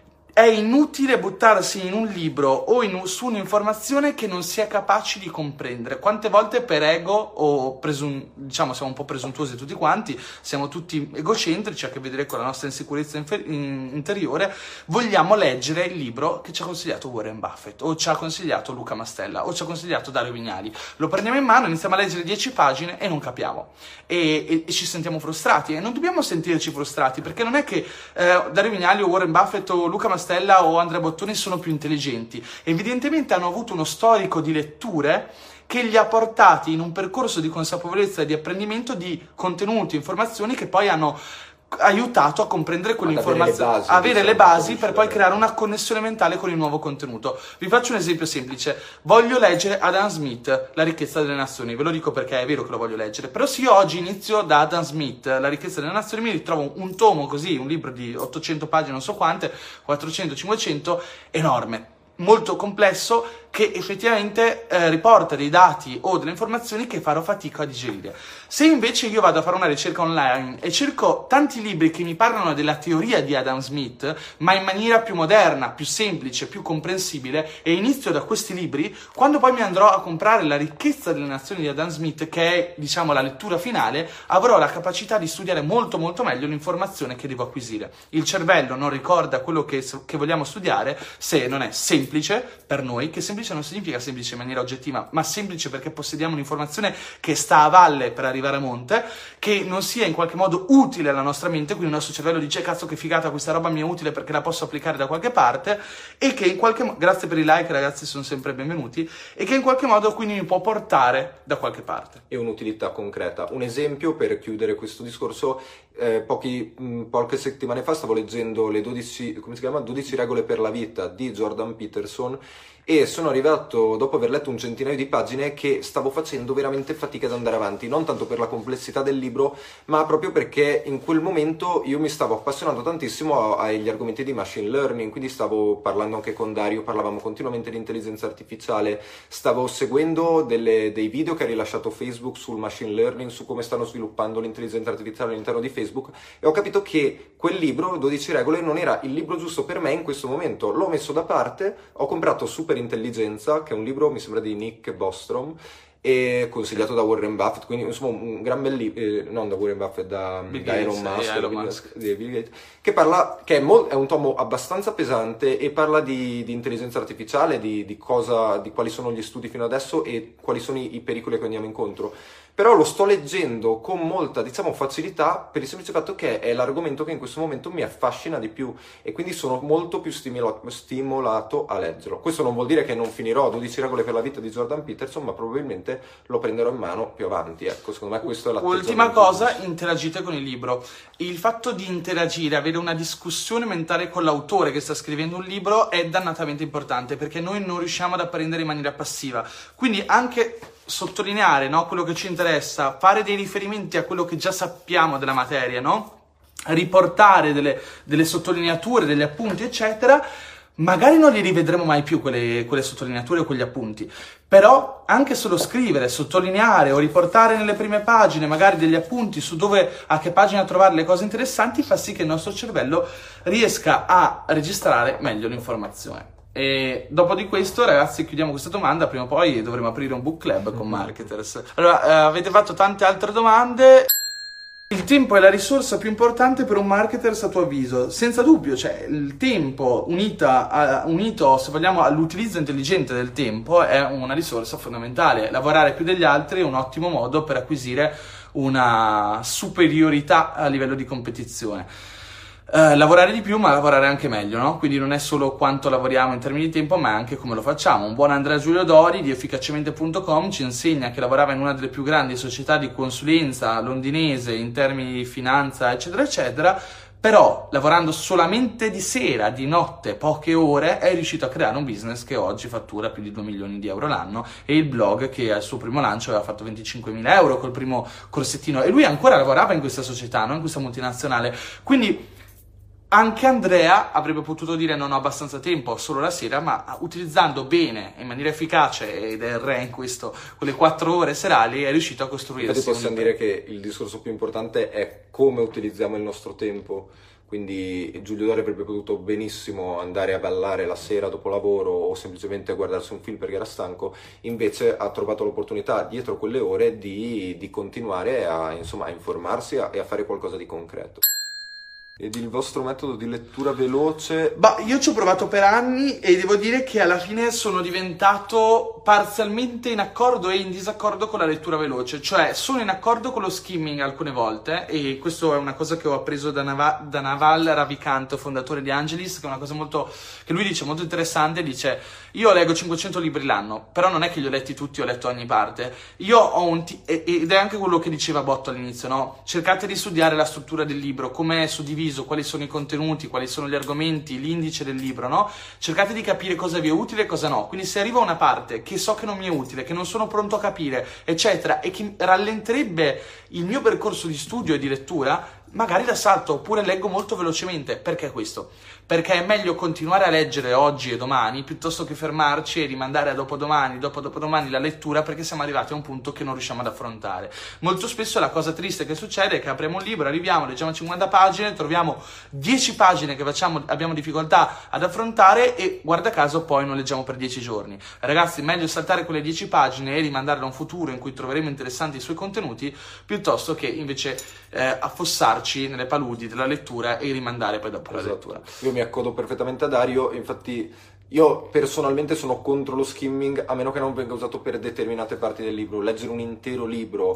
È inutile buttarsi in un libro o in un, su un'informazione che non si è capaci di comprendere. Quante volte per ego o presum, diciamo siamo un po' presuntuosi tutti quanti, siamo tutti egocentrici, a che vedere con la nostra insicurezza infer- in, interiore, vogliamo leggere il libro che ci ha consigliato Warren Buffett, o ci ha consigliato Luca Mastella, o ci ha consigliato Dario Vignali. Lo prendiamo in mano, iniziamo a leggere dieci pagine e non capiamo. E, e, e ci sentiamo frustrati. E non dobbiamo sentirci frustrati, perché non è che eh, Dario Vignali o Warren Buffett o Luca Mastella Stella o Andrea Bottoni sono più intelligenti. Evidentemente hanno avuto uno storico di letture che li ha portati in un percorso di consapevolezza e di apprendimento di contenuti, informazioni che poi hanno aiutato a comprendere quell'informazione, a avere le basi per poi creare una connessione mentale con il nuovo contenuto. Vi faccio un esempio semplice. Voglio leggere Adam Smith, La ricchezza delle nazioni. Ve lo dico perché è vero che lo voglio leggere. Però se io oggi inizio da Adam Smith, La ricchezza delle nazioni, mi ritrovo un tomo così, un libro di ottocento pagine, non so quante, quattrocento cinquecento, enorme, molto complesso, che effettivamente eh, riporta dei dati o delle informazioni che farò fatica a digerire. Se invece io vado a fare una ricerca online e cerco tanti libri che mi parlano della teoria di Adam Smith, ma in maniera più moderna, più semplice, più comprensibile, e inizio da questi libri, quando poi mi andrò a comprare La ricchezza delle nazioni di Adam Smith, che è, diciamo, la lettura finale, avrò la capacità di studiare molto molto meglio l'informazione che devo acquisire. Il cervello non ricorda quello che, che vogliamo studiare se non è semplice per noi, che semplice non significa semplice in maniera oggettiva, ma semplice perché possediamo un'informazione che sta a valle per arrivare a monte, che non sia in qualche modo utile alla nostra mente, quindi il nostro cervello dice cazzo che figata, questa roba mi è utile perché la posso applicare da qualche parte, e che in qualche modo, grazie per i like ragazzi, sono sempre benvenuti, e che in qualche modo quindi mi può portare da qualche parte. E un'utilità concreta. Un esempio per chiudere questo discorso: eh, pochi, mh, poche settimane fa stavo leggendo le dodici, come si chiama? dodici regole per la vita di Jordan Peterson, e sono arrivato, dopo aver letto un centinaio di pagine, che stavo facendo veramente fatica ad andare avanti, non tanto per la complessità del libro, ma proprio perché in quel momento io mi stavo appassionando tantissimo agli argomenti di machine learning, quindi stavo parlando anche con Dario, parlavamo continuamente di intelligenza artificiale, stavo seguendo delle, dei video che ha rilasciato Facebook sul machine learning, su come stanno sviluppando l'intelligenza artificiale all'interno di Facebook, e ho capito che quel libro, dodici regole, non era il libro giusto per me in questo momento. L'ho messo da parte, ho comprato Super Intelligenza, che è un libro, mi sembra, di Nick Bostrom, e consigliato da Warren Buffett, quindi insomma un gran bel libro, eh, non da Warren Buffett, da, Bill da Gates, Elon Musk, Elon da Bill, Musk. di Bill Gates, che parla, che è, mo, è un tomo abbastanza pesante e parla di, di intelligenza artificiale, di, di cosa, di quali sono gli studi fino adesso e quali sono i, i pericoli che andiamo incontro. però lo sto leggendo con molta, diciamo, facilità per il semplice fatto che è l'argomento che in questo momento mi affascina di più e quindi sono molto più stimolo- stimolato a leggerlo. Questo non vuol dire che non finirò dodici regole per la vita di Jordan Peterson, ma probabilmente lo prenderò in mano più avanti, ecco, secondo me questo è l'atteggiamento. Ultima cosa, interagite con il libro. Il fatto di interagire, avere una discussione mentale con l'autore che sta scrivendo un libro è dannatamente importante, perché noi non riusciamo ad apprendere in maniera passiva. Quindi anche sottolineare, no, quello che ci interessa, fare dei riferimenti a quello che già sappiamo della materia, no? Riportare delle, delle sottolineature, degli appunti, eccetera. Magari non li rivedremo mai più quelle, quelle sottolineature o quegli appunti, però anche solo scrivere, sottolineare o riportare nelle prime pagine magari degli appunti su dove, a che pagina trovare le cose interessanti, fa sì che il nostro cervello riesca a registrare meglio l'informazione. E dopo di questo, ragazzi, chiudiamo questa domanda. Prima o poi dovremo aprire un book club con marketers. Allora, eh, avete fatto tante altre domande. Il tempo è la risorsa più importante per un marketer a tuo avviso? Senza dubbio, cioè il tempo unita a, unito, se vogliamo, all'utilizzo intelligente del tempo è una risorsa fondamentale. Lavorare più degli altri è un ottimo modo per acquisire una superiorità a livello di competizione. Uh, lavorare di più, ma lavorare anche meglio, no? Quindi non è solo quanto lavoriamo in termini di tempo, ma anche come lo facciamo. Un buon Andrea Giulio Dori di efficacemente punto com ci insegna che lavorava in una delle più grandi società di consulenza londinese in termini di finanza, eccetera, eccetera, però lavorando solamente di sera, di notte, poche ore, è riuscito a creare un business che oggi fattura più di due milioni di euro l'anno, e il blog che al suo primo lancio aveva fatto venticinquemila euro col primo corsettino, e lui ancora lavorava in questa società, no? In questa multinazionale. Quindi anche Andrea avrebbe potuto dire non ho abbastanza tempo, solo la sera, ma utilizzando bene, in maniera efficace, ed è il re in questo, quelle quattro ore serali, è riuscito a costruire. Infatti possiamo dire che il discorso più importante è come utilizziamo il nostro tempo. Quindi Giulio Dori avrebbe potuto benissimo andare a ballare la sera dopo lavoro o semplicemente guardarsi un film perché era stanco, invece ha trovato l'opportunità dietro quelle ore di, di continuare a, insomma, a informarsi e a fare qualcosa di concreto. Ed il vostro metodo di lettura veloce? Bah, io ci ho provato per anni e devo dire che alla fine sono diventato parzialmente in accordo e in disaccordo con la lettura veloce. Cioè, sono in accordo con lo skimming alcune volte, e questo è una cosa che ho appreso da, Nav- da Naval Ravikant, fondatore di Angelis, che è una cosa molto, che lui dice molto interessante. Dice: io leggo cinquecento libri l'anno, però non è che li ho letti tutti, ho letto ogni parte. Io ho un t- ed è anche quello che diceva Botto all'inizio, no? Cercate di studiare la struttura del libro, come è suddiviso, quali sono i contenuti, quali sono gli argomenti, l'indice del libro, no? Cercate di capire cosa vi è utile e cosa no. Quindi se arriva una parte che so che non mi è utile, che non sono pronto a capire, eccetera, e che rallenterebbe il mio percorso di studio e di lettura, magari la salto, oppure leggo molto velocemente. Perché questo? Perché è meglio continuare a leggere oggi e domani piuttosto che fermarci e rimandare a dopodomani, dopo dopodomani la lettura, perché siamo arrivati a un punto che non riusciamo ad affrontare. Molto spesso la cosa triste che succede è che apriamo un libro, arriviamo, leggiamo cinquanta pagine, troviamo dieci pagine che facciamo, abbiamo difficoltà ad affrontare e guarda caso poi non leggiamo per dieci giorni. Ragazzi, meglio saltare quelle dieci pagine e rimandarle a un futuro in cui troveremo interessanti i suoi contenuti, piuttosto che invece eh, affossarci nelle paludi della lettura e rimandare poi dopo esatto. la lettura. Io mi accodo perfettamente a Dario, infatti io personalmente sono contro lo skimming, a meno che non venga usato per determinate parti del libro. Leggere un intero libro,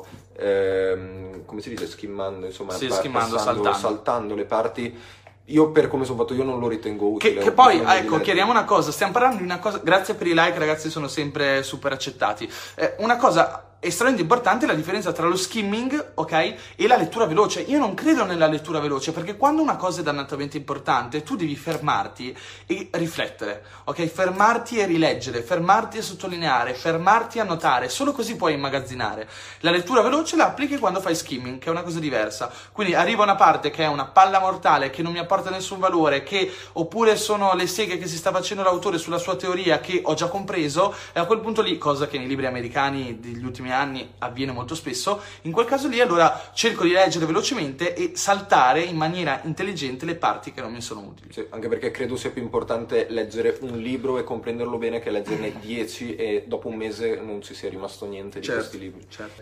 ehm, come si dice, skimmando, insomma, sì, pa- skimmando, passando, saltando. saltando le parti, io per come sono fatto io non lo ritengo utile. Che, che poi, ecco, chiariamo una cosa, stiamo parlando di una cosa, grazie per i like ragazzi, sono sempre super accettati, eh, una cosa estremamente importante è la differenza tra lo skimming, ok, e la lettura veloce. Io non credo nella lettura veloce, perché quando una cosa è dannatamente importante tu devi fermarti e riflettere, ok, fermarti e rileggere, fermarti e sottolineare, fermarti a notare, solo così puoi immagazzinare. La lettura veloce la applichi quando fai skimming, che è una cosa diversa. Quindi arriva una parte che è una palla mortale, che non mi apporta nessun valore, che oppure sono le seghe che si sta facendo l'autore sulla sua teoria che ho già compreso, e a quel punto lì, cosa che nei libri americani degli ultimi anni avviene molto spesso, in quel caso lì allora cerco di leggere velocemente e saltare in maniera intelligente le parti che non mi sono utili. Sì, anche perché credo sia più importante leggere un libro e comprenderlo bene che leggerne dieci e dopo un mese non ci sia rimasto niente di certo, questi libri. Certo.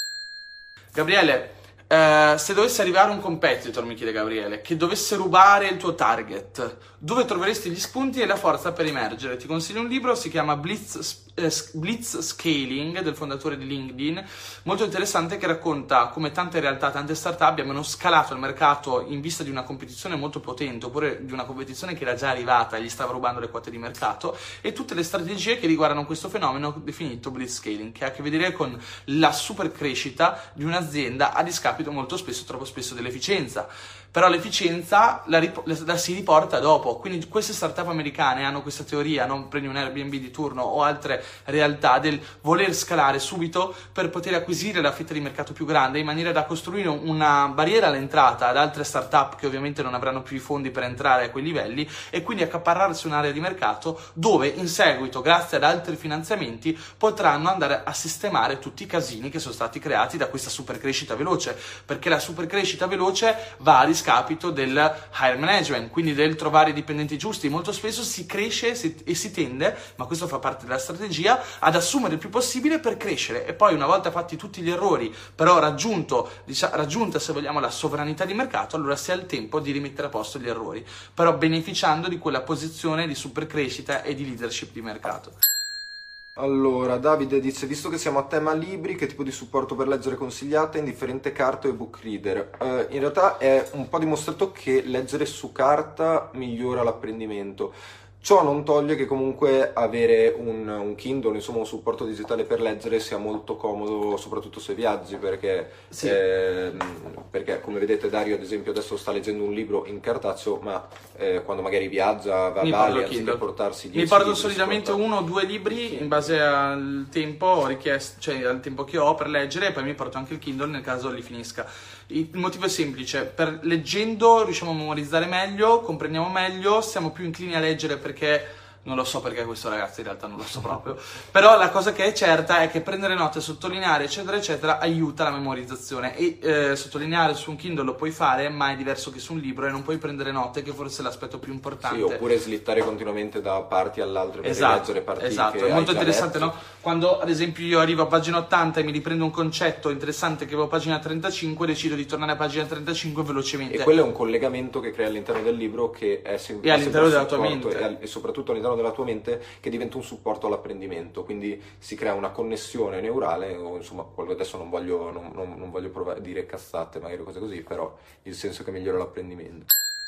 Gabriele, eh, se dovesse arrivare un competitor, mi chiede Gabriele, che dovesse rubare il tuo target, dove troveresti gli spunti e la forza per emergere? Ti consiglio un libro, si chiama Blitz Blitz Scaling del fondatore di LinkedIn, molto interessante, che racconta come tante realtà, tante startup abbiano scalato il mercato in vista di una competizione molto potente, oppure di una competizione che era già arrivata e gli stava rubando le quote di mercato, e tutte le strategie che riguardano questo fenomeno definito Blitz Scaling, che ha a che vedere con la super crescita di un'azienda a discapito molto spesso, troppo spesso, dell'efficienza. Però l'efficienza la, rip- la si riporta dopo, quindi queste startup americane hanno questa teoria, non prendi un Airbnb di turno o altre realtà, del voler scalare subito per poter acquisire la fetta di mercato più grande, in maniera da costruire una barriera all'entrata ad altre startup che ovviamente non avranno più i fondi per entrare a quei livelli, e quindi accaparrarsi un'area di mercato dove in seguito, grazie ad altri finanziamenti, potranno andare a sistemare tutti i casini che sono stati creati da questa super crescita veloce, perché la super crescita veloce va a scapito del hire management, quindi del trovare i dipendenti giusti. Molto spesso si cresce si, e si tende, ma questo fa parte della strategia, ad assumere il più possibile per crescere, e poi una volta fatti tutti gli errori, però raggiunto, diciamo, raggiunta se vogliamo la sovranità di mercato, allora si ha il tempo di rimettere a posto gli errori, però beneficiando di quella posizione di super crescita e di leadership di mercato. Allora, Davide dice: visto che siamo a tema libri, che tipo di supporto per leggere consigliate, indifferente carta o ebook reader? Uh, in realtà è un po' dimostrato che leggere su carta migliora l'apprendimento. Ciò non toglie che comunque avere un, un Kindle, insomma un supporto digitale per leggere, sia molto comodo, soprattutto se viaggi, perché, sì. eh, perché come vedete Dario ad esempio adesso sta leggendo un libro in cartaceo, ma eh, quando magari viaggia va a Bali, anziché portarsi dieci mi porto libri, solitamente uno o due libri, sì, in base al tempo richiesto, cioè al tempo che ho per leggere, e poi mi porto anche il Kindle nel caso li finisca. Il motivo è semplice: per leggendo riusciamo a memorizzare meglio, comprendiamo meglio, siamo più inclini a leggere, perché non lo so perché questo ragazzo in realtà non lo so proprio, però la cosa che è certa è che prendere note, sottolineare eccetera eccetera aiuta la memorizzazione, e eh, sottolineare su un Kindle lo puoi fare, ma è diverso che su un libro, e non puoi prendere note, che forse è l'aspetto più importante. Sì, oppure slittare continuamente da parti all'altre per esatto, leggere parti esatto, che è molto hai già interessante, letto. no? Quando ad esempio io arrivo a pagina ottanta e mi riprendo un concetto interessante che avevo a pagina trentacinque, decido di tornare a pagina trentacinque velocemente. E quello è un collegamento che crea all'interno del libro, che è sempre, e all'interno della tua mente mente, e, e soprattutto all'interno della tua mente, che diventa un supporto all'apprendimento, quindi si crea una connessione neurale, o insomma, adesso non voglio, non, non, non voglio provare, dire cazzate, magari cose così, però il senso che migliora l'apprendimento.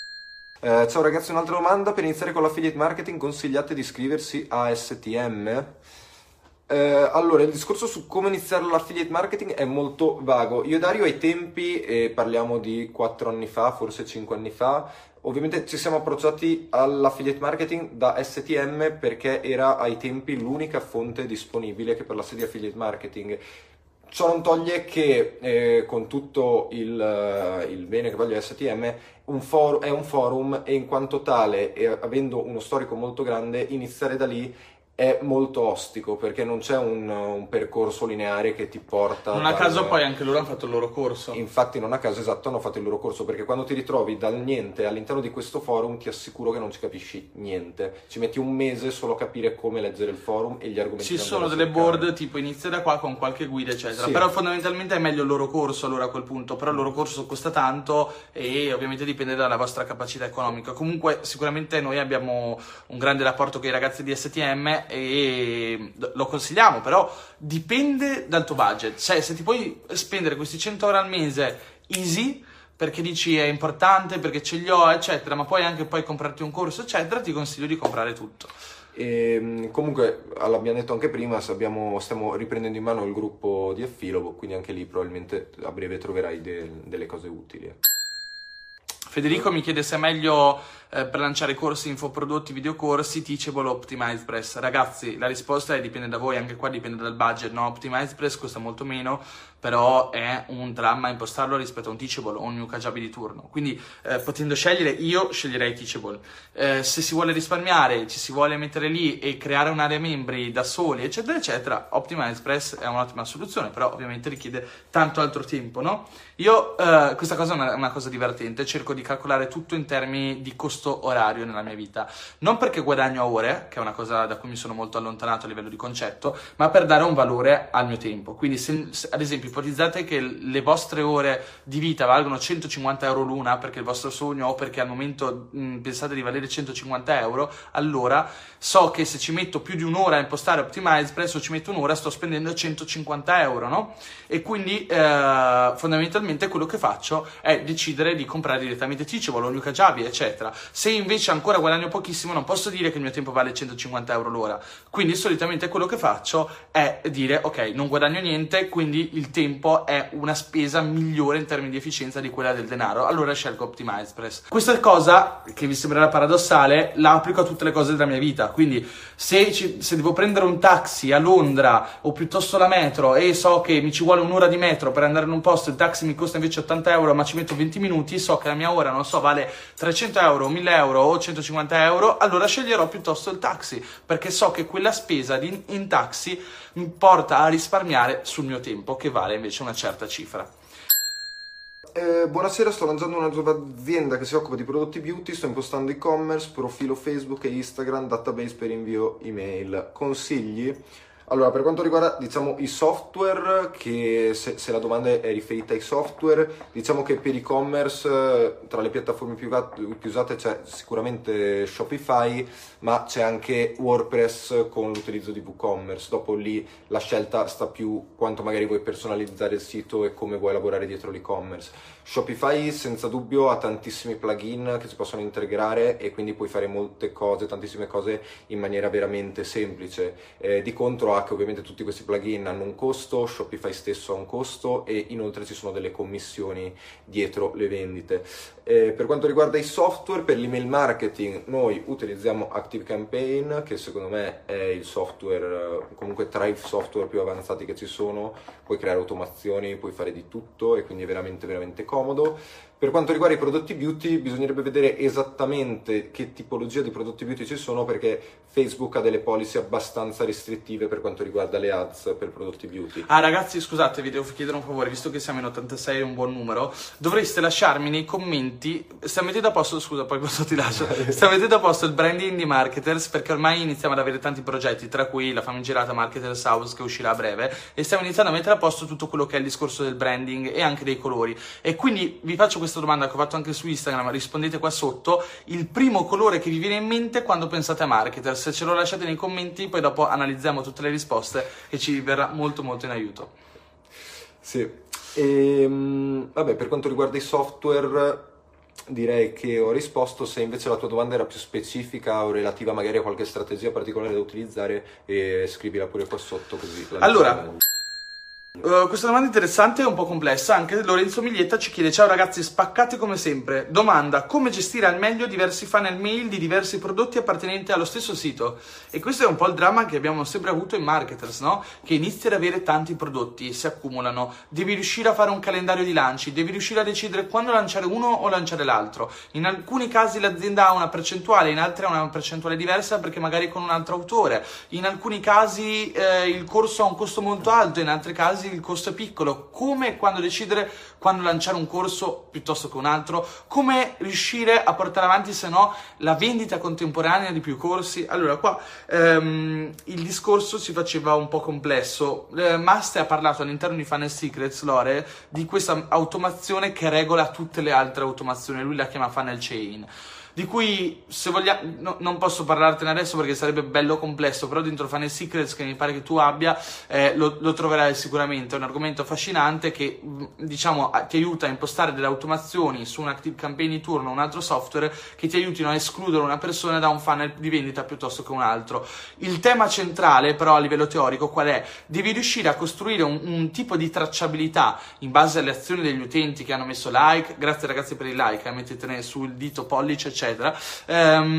Eh, ciao ragazzi, un'altra domanda: per iniziare con l'affiliate marketing consigliate di iscriversi a S T M? Eh, allora, il discorso su come iniziare l'affiliate marketing è molto vago. Io e Dario ai tempi, e parliamo di quattro anni fa, forse cinque anni fa, ovviamente ci siamo approcciati all'affiliate marketing da S T M perché era ai tempi l'unica fonte disponibile che parlasse di affiliate marketing. Ciò non toglie che eh, con tutto il, il bene che voglio S T M, un for- è un forum, e in quanto tale, e avendo uno storico molto grande, iniziare da lì è molto ostico, perché non c'è un, un percorso lineare che ti porta. Non a dal... caso poi anche loro hanno fatto il loro corso. Infatti non a caso, esatto, hanno fatto il loro corso, perché quando ti ritrovi dal niente all'interno di questo forum ti assicuro che non ci capisci niente, ci metti un mese solo a capire come leggere il forum e gli argomenti. Ci sono delle board tipo inizia da qua con qualche guida eccetera, sì. Però fondamentalmente è meglio il loro corso allora a quel punto, però il loro corso costa tanto e ovviamente dipende dalla vostra capacità economica. Comunque sicuramente noi abbiamo un grande rapporto con i ragazzi di S T M e lo consigliamo, però dipende dal tuo budget. Cioè, se ti puoi spendere questi cento euro al mese easy perché dici è importante, perché ce li ho eccetera, ma puoi anche poi comprarti un corso eccetera, ti consiglio di comprare tutto. E, comunque l'abbiamo detto anche prima, abbiamo, stiamo riprendendo in mano il gruppo di Affilobo, quindi anche lì probabilmente a breve troverai de, delle cose utili. Federico mi chiede se è meglio eh, per lanciare corsi, infoprodotti, videocorsi, Teachable o OptimizePress. Ragazzi, la risposta è dipende da voi, anche qua dipende dal budget, no? OptimizePress costa molto meno, però è un dramma impostarlo rispetto a un Teachable o un New Kajabi di turno. Quindi eh, potendo scegliere, io sceglierei Teachable. Eh, se si vuole risparmiare, ci si vuole mettere lì e creare un'area membri da soli, eccetera, eccetera, OptimizePress è un'ottima soluzione, però ovviamente richiede tanto altro tempo, no? Io, eh, questa cosa è una, una cosa divertente, cerco di calcolare tutto in termini di costo costo orario nella mia vita. Non perché guadagno a ore, che è una cosa da cui mi sono molto allontanato a livello di concetto, ma per dare un valore al mio tempo. Quindi se, se ad esempio ipotizzate che le vostre ore di vita valgono centocinquanta euro l'una perché il vostro sogno o perché al momento mh, pensate di valere centocinquanta euro, allora so che se ci metto più di un'ora a impostare OptimizePress o ci metto un'ora sto spendendo centocinquanta euro, no? E quindi eh, fondamentalmente quello che faccio è decidere di comprare direttamente Teachable o Luca Javi, eccetera. Se invece ancora guadagno pochissimo non posso dire che il mio tempo vale centocinquanta euro l'ora, quindi solitamente quello che faccio è dire ok, non guadagno niente, quindi il tempo è una spesa migliore in termini di efficienza di quella del denaro, allora scelgo OptimizePress. Questa cosa, che vi sembrerà paradossale, la applico a tutte le cose della mia vita, quindi se, ci, se devo prendere un taxi a Londra o piuttosto la metro e so che mi ci vuole un'ora di metro per andare in un posto, il taxi mi costa invece ottanta euro ma ci metto venti minuti, so che la mia ora, non so, vale trecento euro, mille euro o centocinquanta euro, allora sceglierò piuttosto il taxi, perché so che quella spesa di, in taxi mi porta a risparmiare sul mio tempo, che vale invece una certa cifra. Eh, buonasera, sto lanciando una nuova azienda che si occupa di prodotti beauty, sto impostando e-commerce, profilo Facebook e Instagram, database per invio email. Consigli? Allora, per quanto riguarda, diciamo, i software, che se, se la domanda è riferita ai software, diciamo che per e-commerce tra le piattaforme più, più usate c'è sicuramente Shopify, ma c'è anche WordPress con l'utilizzo di WooCommerce. Dopo lì la scelta sta più quanto magari vuoi personalizzare il sito e come vuoi lavorare dietro l'e-commerce. Shopify senza dubbio ha tantissimi plugin che si possono integrare e quindi puoi fare molte cose, tantissime cose in maniera veramente semplice. Eh, di contro ha che ovviamente tutti questi plugin hanno un costo, Shopify stesso ha un costo e inoltre ci sono delle commissioni dietro le vendite. Eh, per quanto riguarda i software, per l'email marketing noi utilizziamo ActiveCampaign, che secondo me è il software, comunque tra i software più avanzati che ci sono, puoi creare automazioni, puoi fare di tutto e quindi è veramente veramente comodo. Per quanto riguarda i prodotti beauty bisognerebbe vedere esattamente che tipologia di prodotti beauty ci sono, perché Facebook ha delle policy abbastanza restrittive per quanto riguarda le ads per prodotti beauty. Ah ragazzi, scusate, vi devo chiedere un favore, visto che siamo in ottantasei, è un buon numero, dovreste lasciarmi nei commenti, se mettete a posto, scusa poi questo ti lascio, se mettete a posto il branding di Marketers, perché ormai iniziamo ad avere tanti progetti, tra cui la famigerata Marketers House che uscirà a breve, e stiamo iniziando a mettere a posto tutto quello che è il discorso del branding e anche dei colori. E quindi vi faccio questa domanda che ho fatto anche su Instagram, rispondete qua sotto: il primo colore che vi viene in mente quando pensate a Marketers? Se ce lo lasciate nei commenti, poi dopo analizziamo tutte le risposte e ci verrà molto molto in aiuto. Sì, e, vabbè, per quanto riguarda i software direi che ho risposto. Se invece la tua domanda era più specifica o relativa magari a qualche strategia particolare da utilizzare, eh, scrivila pure qua sotto così la allora Uh, questa domanda interessante e un po' complessa. Anche Lorenzo Miglietta ci chiede: ciao ragazzi, spaccati come sempre. Domanda: come gestire al meglio diversi funnel mail di diversi prodotti appartenenti allo stesso sito? E questo è un po' il dramma che abbiamo sempre avuto in Marketers, no? Che inizi ad avere tanti prodotti, si accumulano, devi riuscire a fare un calendario di lanci, devi riuscire a decidere quando lanciare uno o lanciare l'altro. In alcuni casi l'azienda ha una percentuale, in altri ha una percentuale diversa perché magari con un altro autore. In alcuni casi eh, il corso ha un costo molto alto, in altri casi il costo è piccolo. Come quando decidere quando lanciare un corso piuttosto che un altro, come riuscire a portare avanti se no la vendita contemporanea di più corsi. Allora qua ehm, il discorso si faceva un po' complesso. eh, Maste ha parlato all'interno di Funnel Secrets, Lore, di questa automazione che regola tutte le altre automazioni, lui la chiama Funnel Chain, di cui se vogliamo no, non posso parlartene adesso perché sarebbe bello complesso, però dentro Funnel Secrets, che mi pare che tu abbia, eh, lo, lo troverai sicuramente. È un argomento affascinante che diciamo ti aiuta a impostare delle automazioni su un Active Campaign di turno o un altro software che ti aiutino a escludere una persona da un funnel di vendita piuttosto che un altro. Il tema centrale però a livello teorico qual è? Devi riuscire a costruire un, un tipo di tracciabilità in base alle azioni degli utenti che hanno messo like. Grazie ragazzi per il like, eh, mettetene sul dito pollice eccetera. Ehm,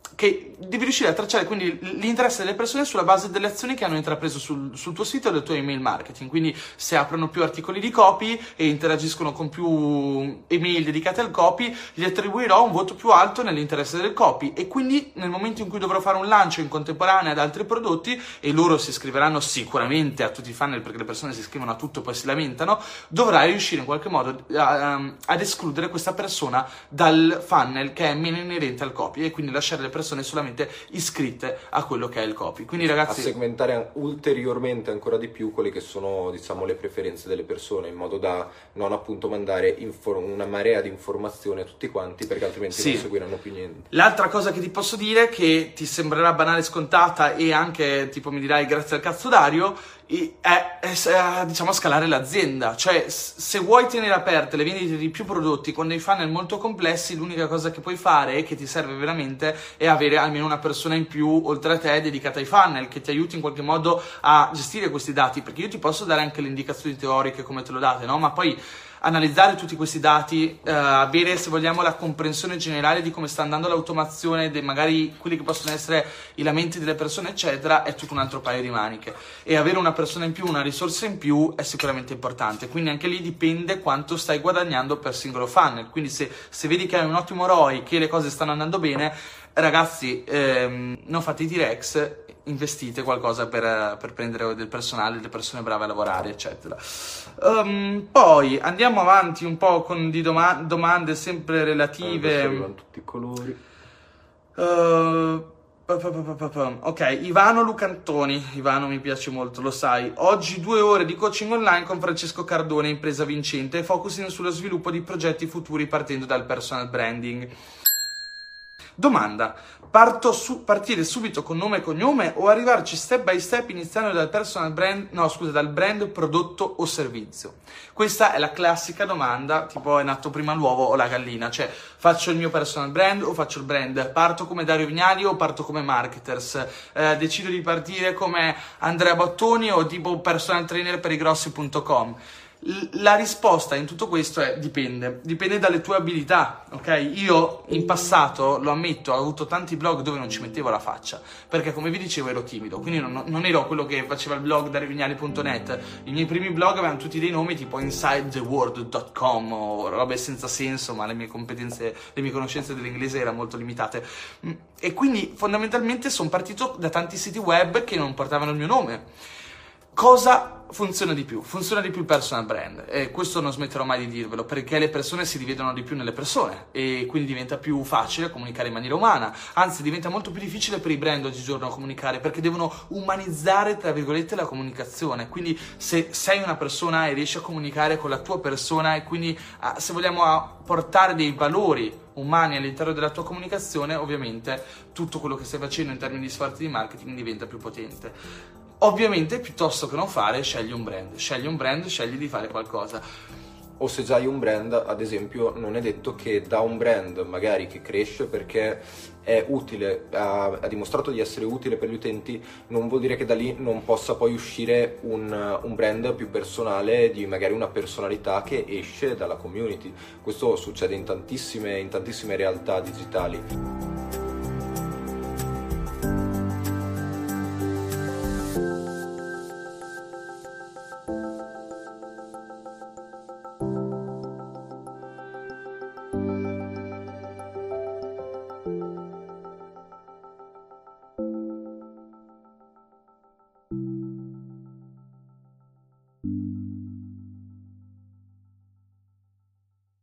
che devi riuscire a tracciare quindi l'interesse delle persone sulla base delle azioni che hanno intrapreso sul, sul tuo sito e del tuo email marketing. Quindi se aprono più articoli di copy e interagiscono con più email dedicate al copy, gli attribuirò un voto più alto nell'interesse del copy, e quindi nel momento in cui dovrò fare un lancio in contemporanea ad altri prodotti e loro si iscriveranno sicuramente a tutti i funnel, perché le persone si iscrivono a tutto e poi si lamentano, dovrai riuscire in qualche modo a, ad escludere questa persona dal funnel che è meno inerente al copy, e quindi lasciare le persone solamente iscritte a quello che è il copy. Quindi ragazzi, a segmentare ulteriormente ancora di più quelle che sono, diciamo, le preferenze delle persone, in modo da non appunto mandare infor- una marea di informazioni a tutti quanti, perché altrimenti sì, non seguiranno più niente. L'altra cosa che ti posso dire, che ti sembrerà banale, scontata, e anche tipo mi dirai grazie al cazzo Dario, è, è, è diciamo scalare l'azienda. Cioè, se vuoi tenere aperte le vendite di più prodotti con dei funnel molto complessi, l'unica cosa che puoi fare e che ti serve veramente è avere almeno una persona in più oltre a te dedicata ai funnel, che ti aiuti in qualche modo a gestire questi dati, perché io ti posso dare anche le indicazioni teoriche come te lo date, no? Ma poi analizzare tutti questi dati, eh, avere, se vogliamo, la comprensione generale di come sta andando l'automazione, dei magari quelli che possono essere i lamenti delle persone, eccetera, è tutto un altro paio di maniche. E avere una persona in più, una risorsa in più è sicuramente importante. Quindi anche lì dipende quanto stai guadagnando per singolo funnel. Quindi se, se vedi che hai un ottimo R O I, che le cose stanno andando bene, ragazzi, ehm, non fate i T-Rex, investite qualcosa per, per prendere del personale, delle persone brave a lavorare, eccetera. Um, poi andiamo avanti un po' con di doma- domande sempre relative. Arrivano tutti i colori. Uh, Ok, Ivano Lucantoni. Ivano, mi piace molto, lo sai. Oggi due ore di coaching online con Francesco Cardone, impresa vincente, focusing sullo sviluppo di progetti futuri partendo dal personal branding. Domanda: parto su, partire subito con nome e cognome o arrivarci step by step iniziando dal personal brand, no scusa, dal brand, prodotto o servizio? Questa è la classica domanda, tipo è nato prima l'uovo o la gallina, cioè faccio il mio personal brand o faccio il brand, parto come Dario Vignali o parto come marketers, eh, decido di partire come Andrea Bottoni o tipo personal trainer per i grossi punto com. La risposta in tutto questo è dipende, dipende dalle tue abilità, ok? Io in passato, lo ammetto, ho avuto tanti blog dove non ci mettevo la faccia, perché come vi dicevo ero timido, quindi non, non ero quello che faceva il blog dariovignali punto net. I miei primi blog avevano tutti dei nomi tipo inside the world punto com o robe senza senso, ma le mie competenze, le mie conoscenze dell'inglese erano molto limitate. E quindi fondamentalmente sono partito da tanti siti web che non portavano il mio nome. Cosa funziona di più? Funziona di più il personal brand, e questo non smetterò mai di dirvelo, perché le persone si rivedono di più nelle persone e quindi diventa più facile comunicare in maniera umana. Anzi, diventa molto più difficile per i brand oggigiorno comunicare, perché devono umanizzare, tra virgolette, la comunicazione. Quindi se sei una persona e riesci a comunicare con la tua persona, e quindi a, se vogliamo a portare dei valori umani all'interno della tua comunicazione, ovviamente tutto quello che stai facendo in termini di sforzi di marketing diventa più potente. Ovviamente, piuttosto che non fare, scegli un brand, scegli un brand, scegli di fare qualcosa. O se già hai un brand, ad esempio, non è detto che da un brand magari che cresce perché è utile, ha, ha dimostrato di essere utile per gli utenti, non vuol dire che da lì non possa poi uscire un, un brand più personale, di magari una personalità che esce dalla community. Questo succede in tantissime, in tantissime realtà digitali.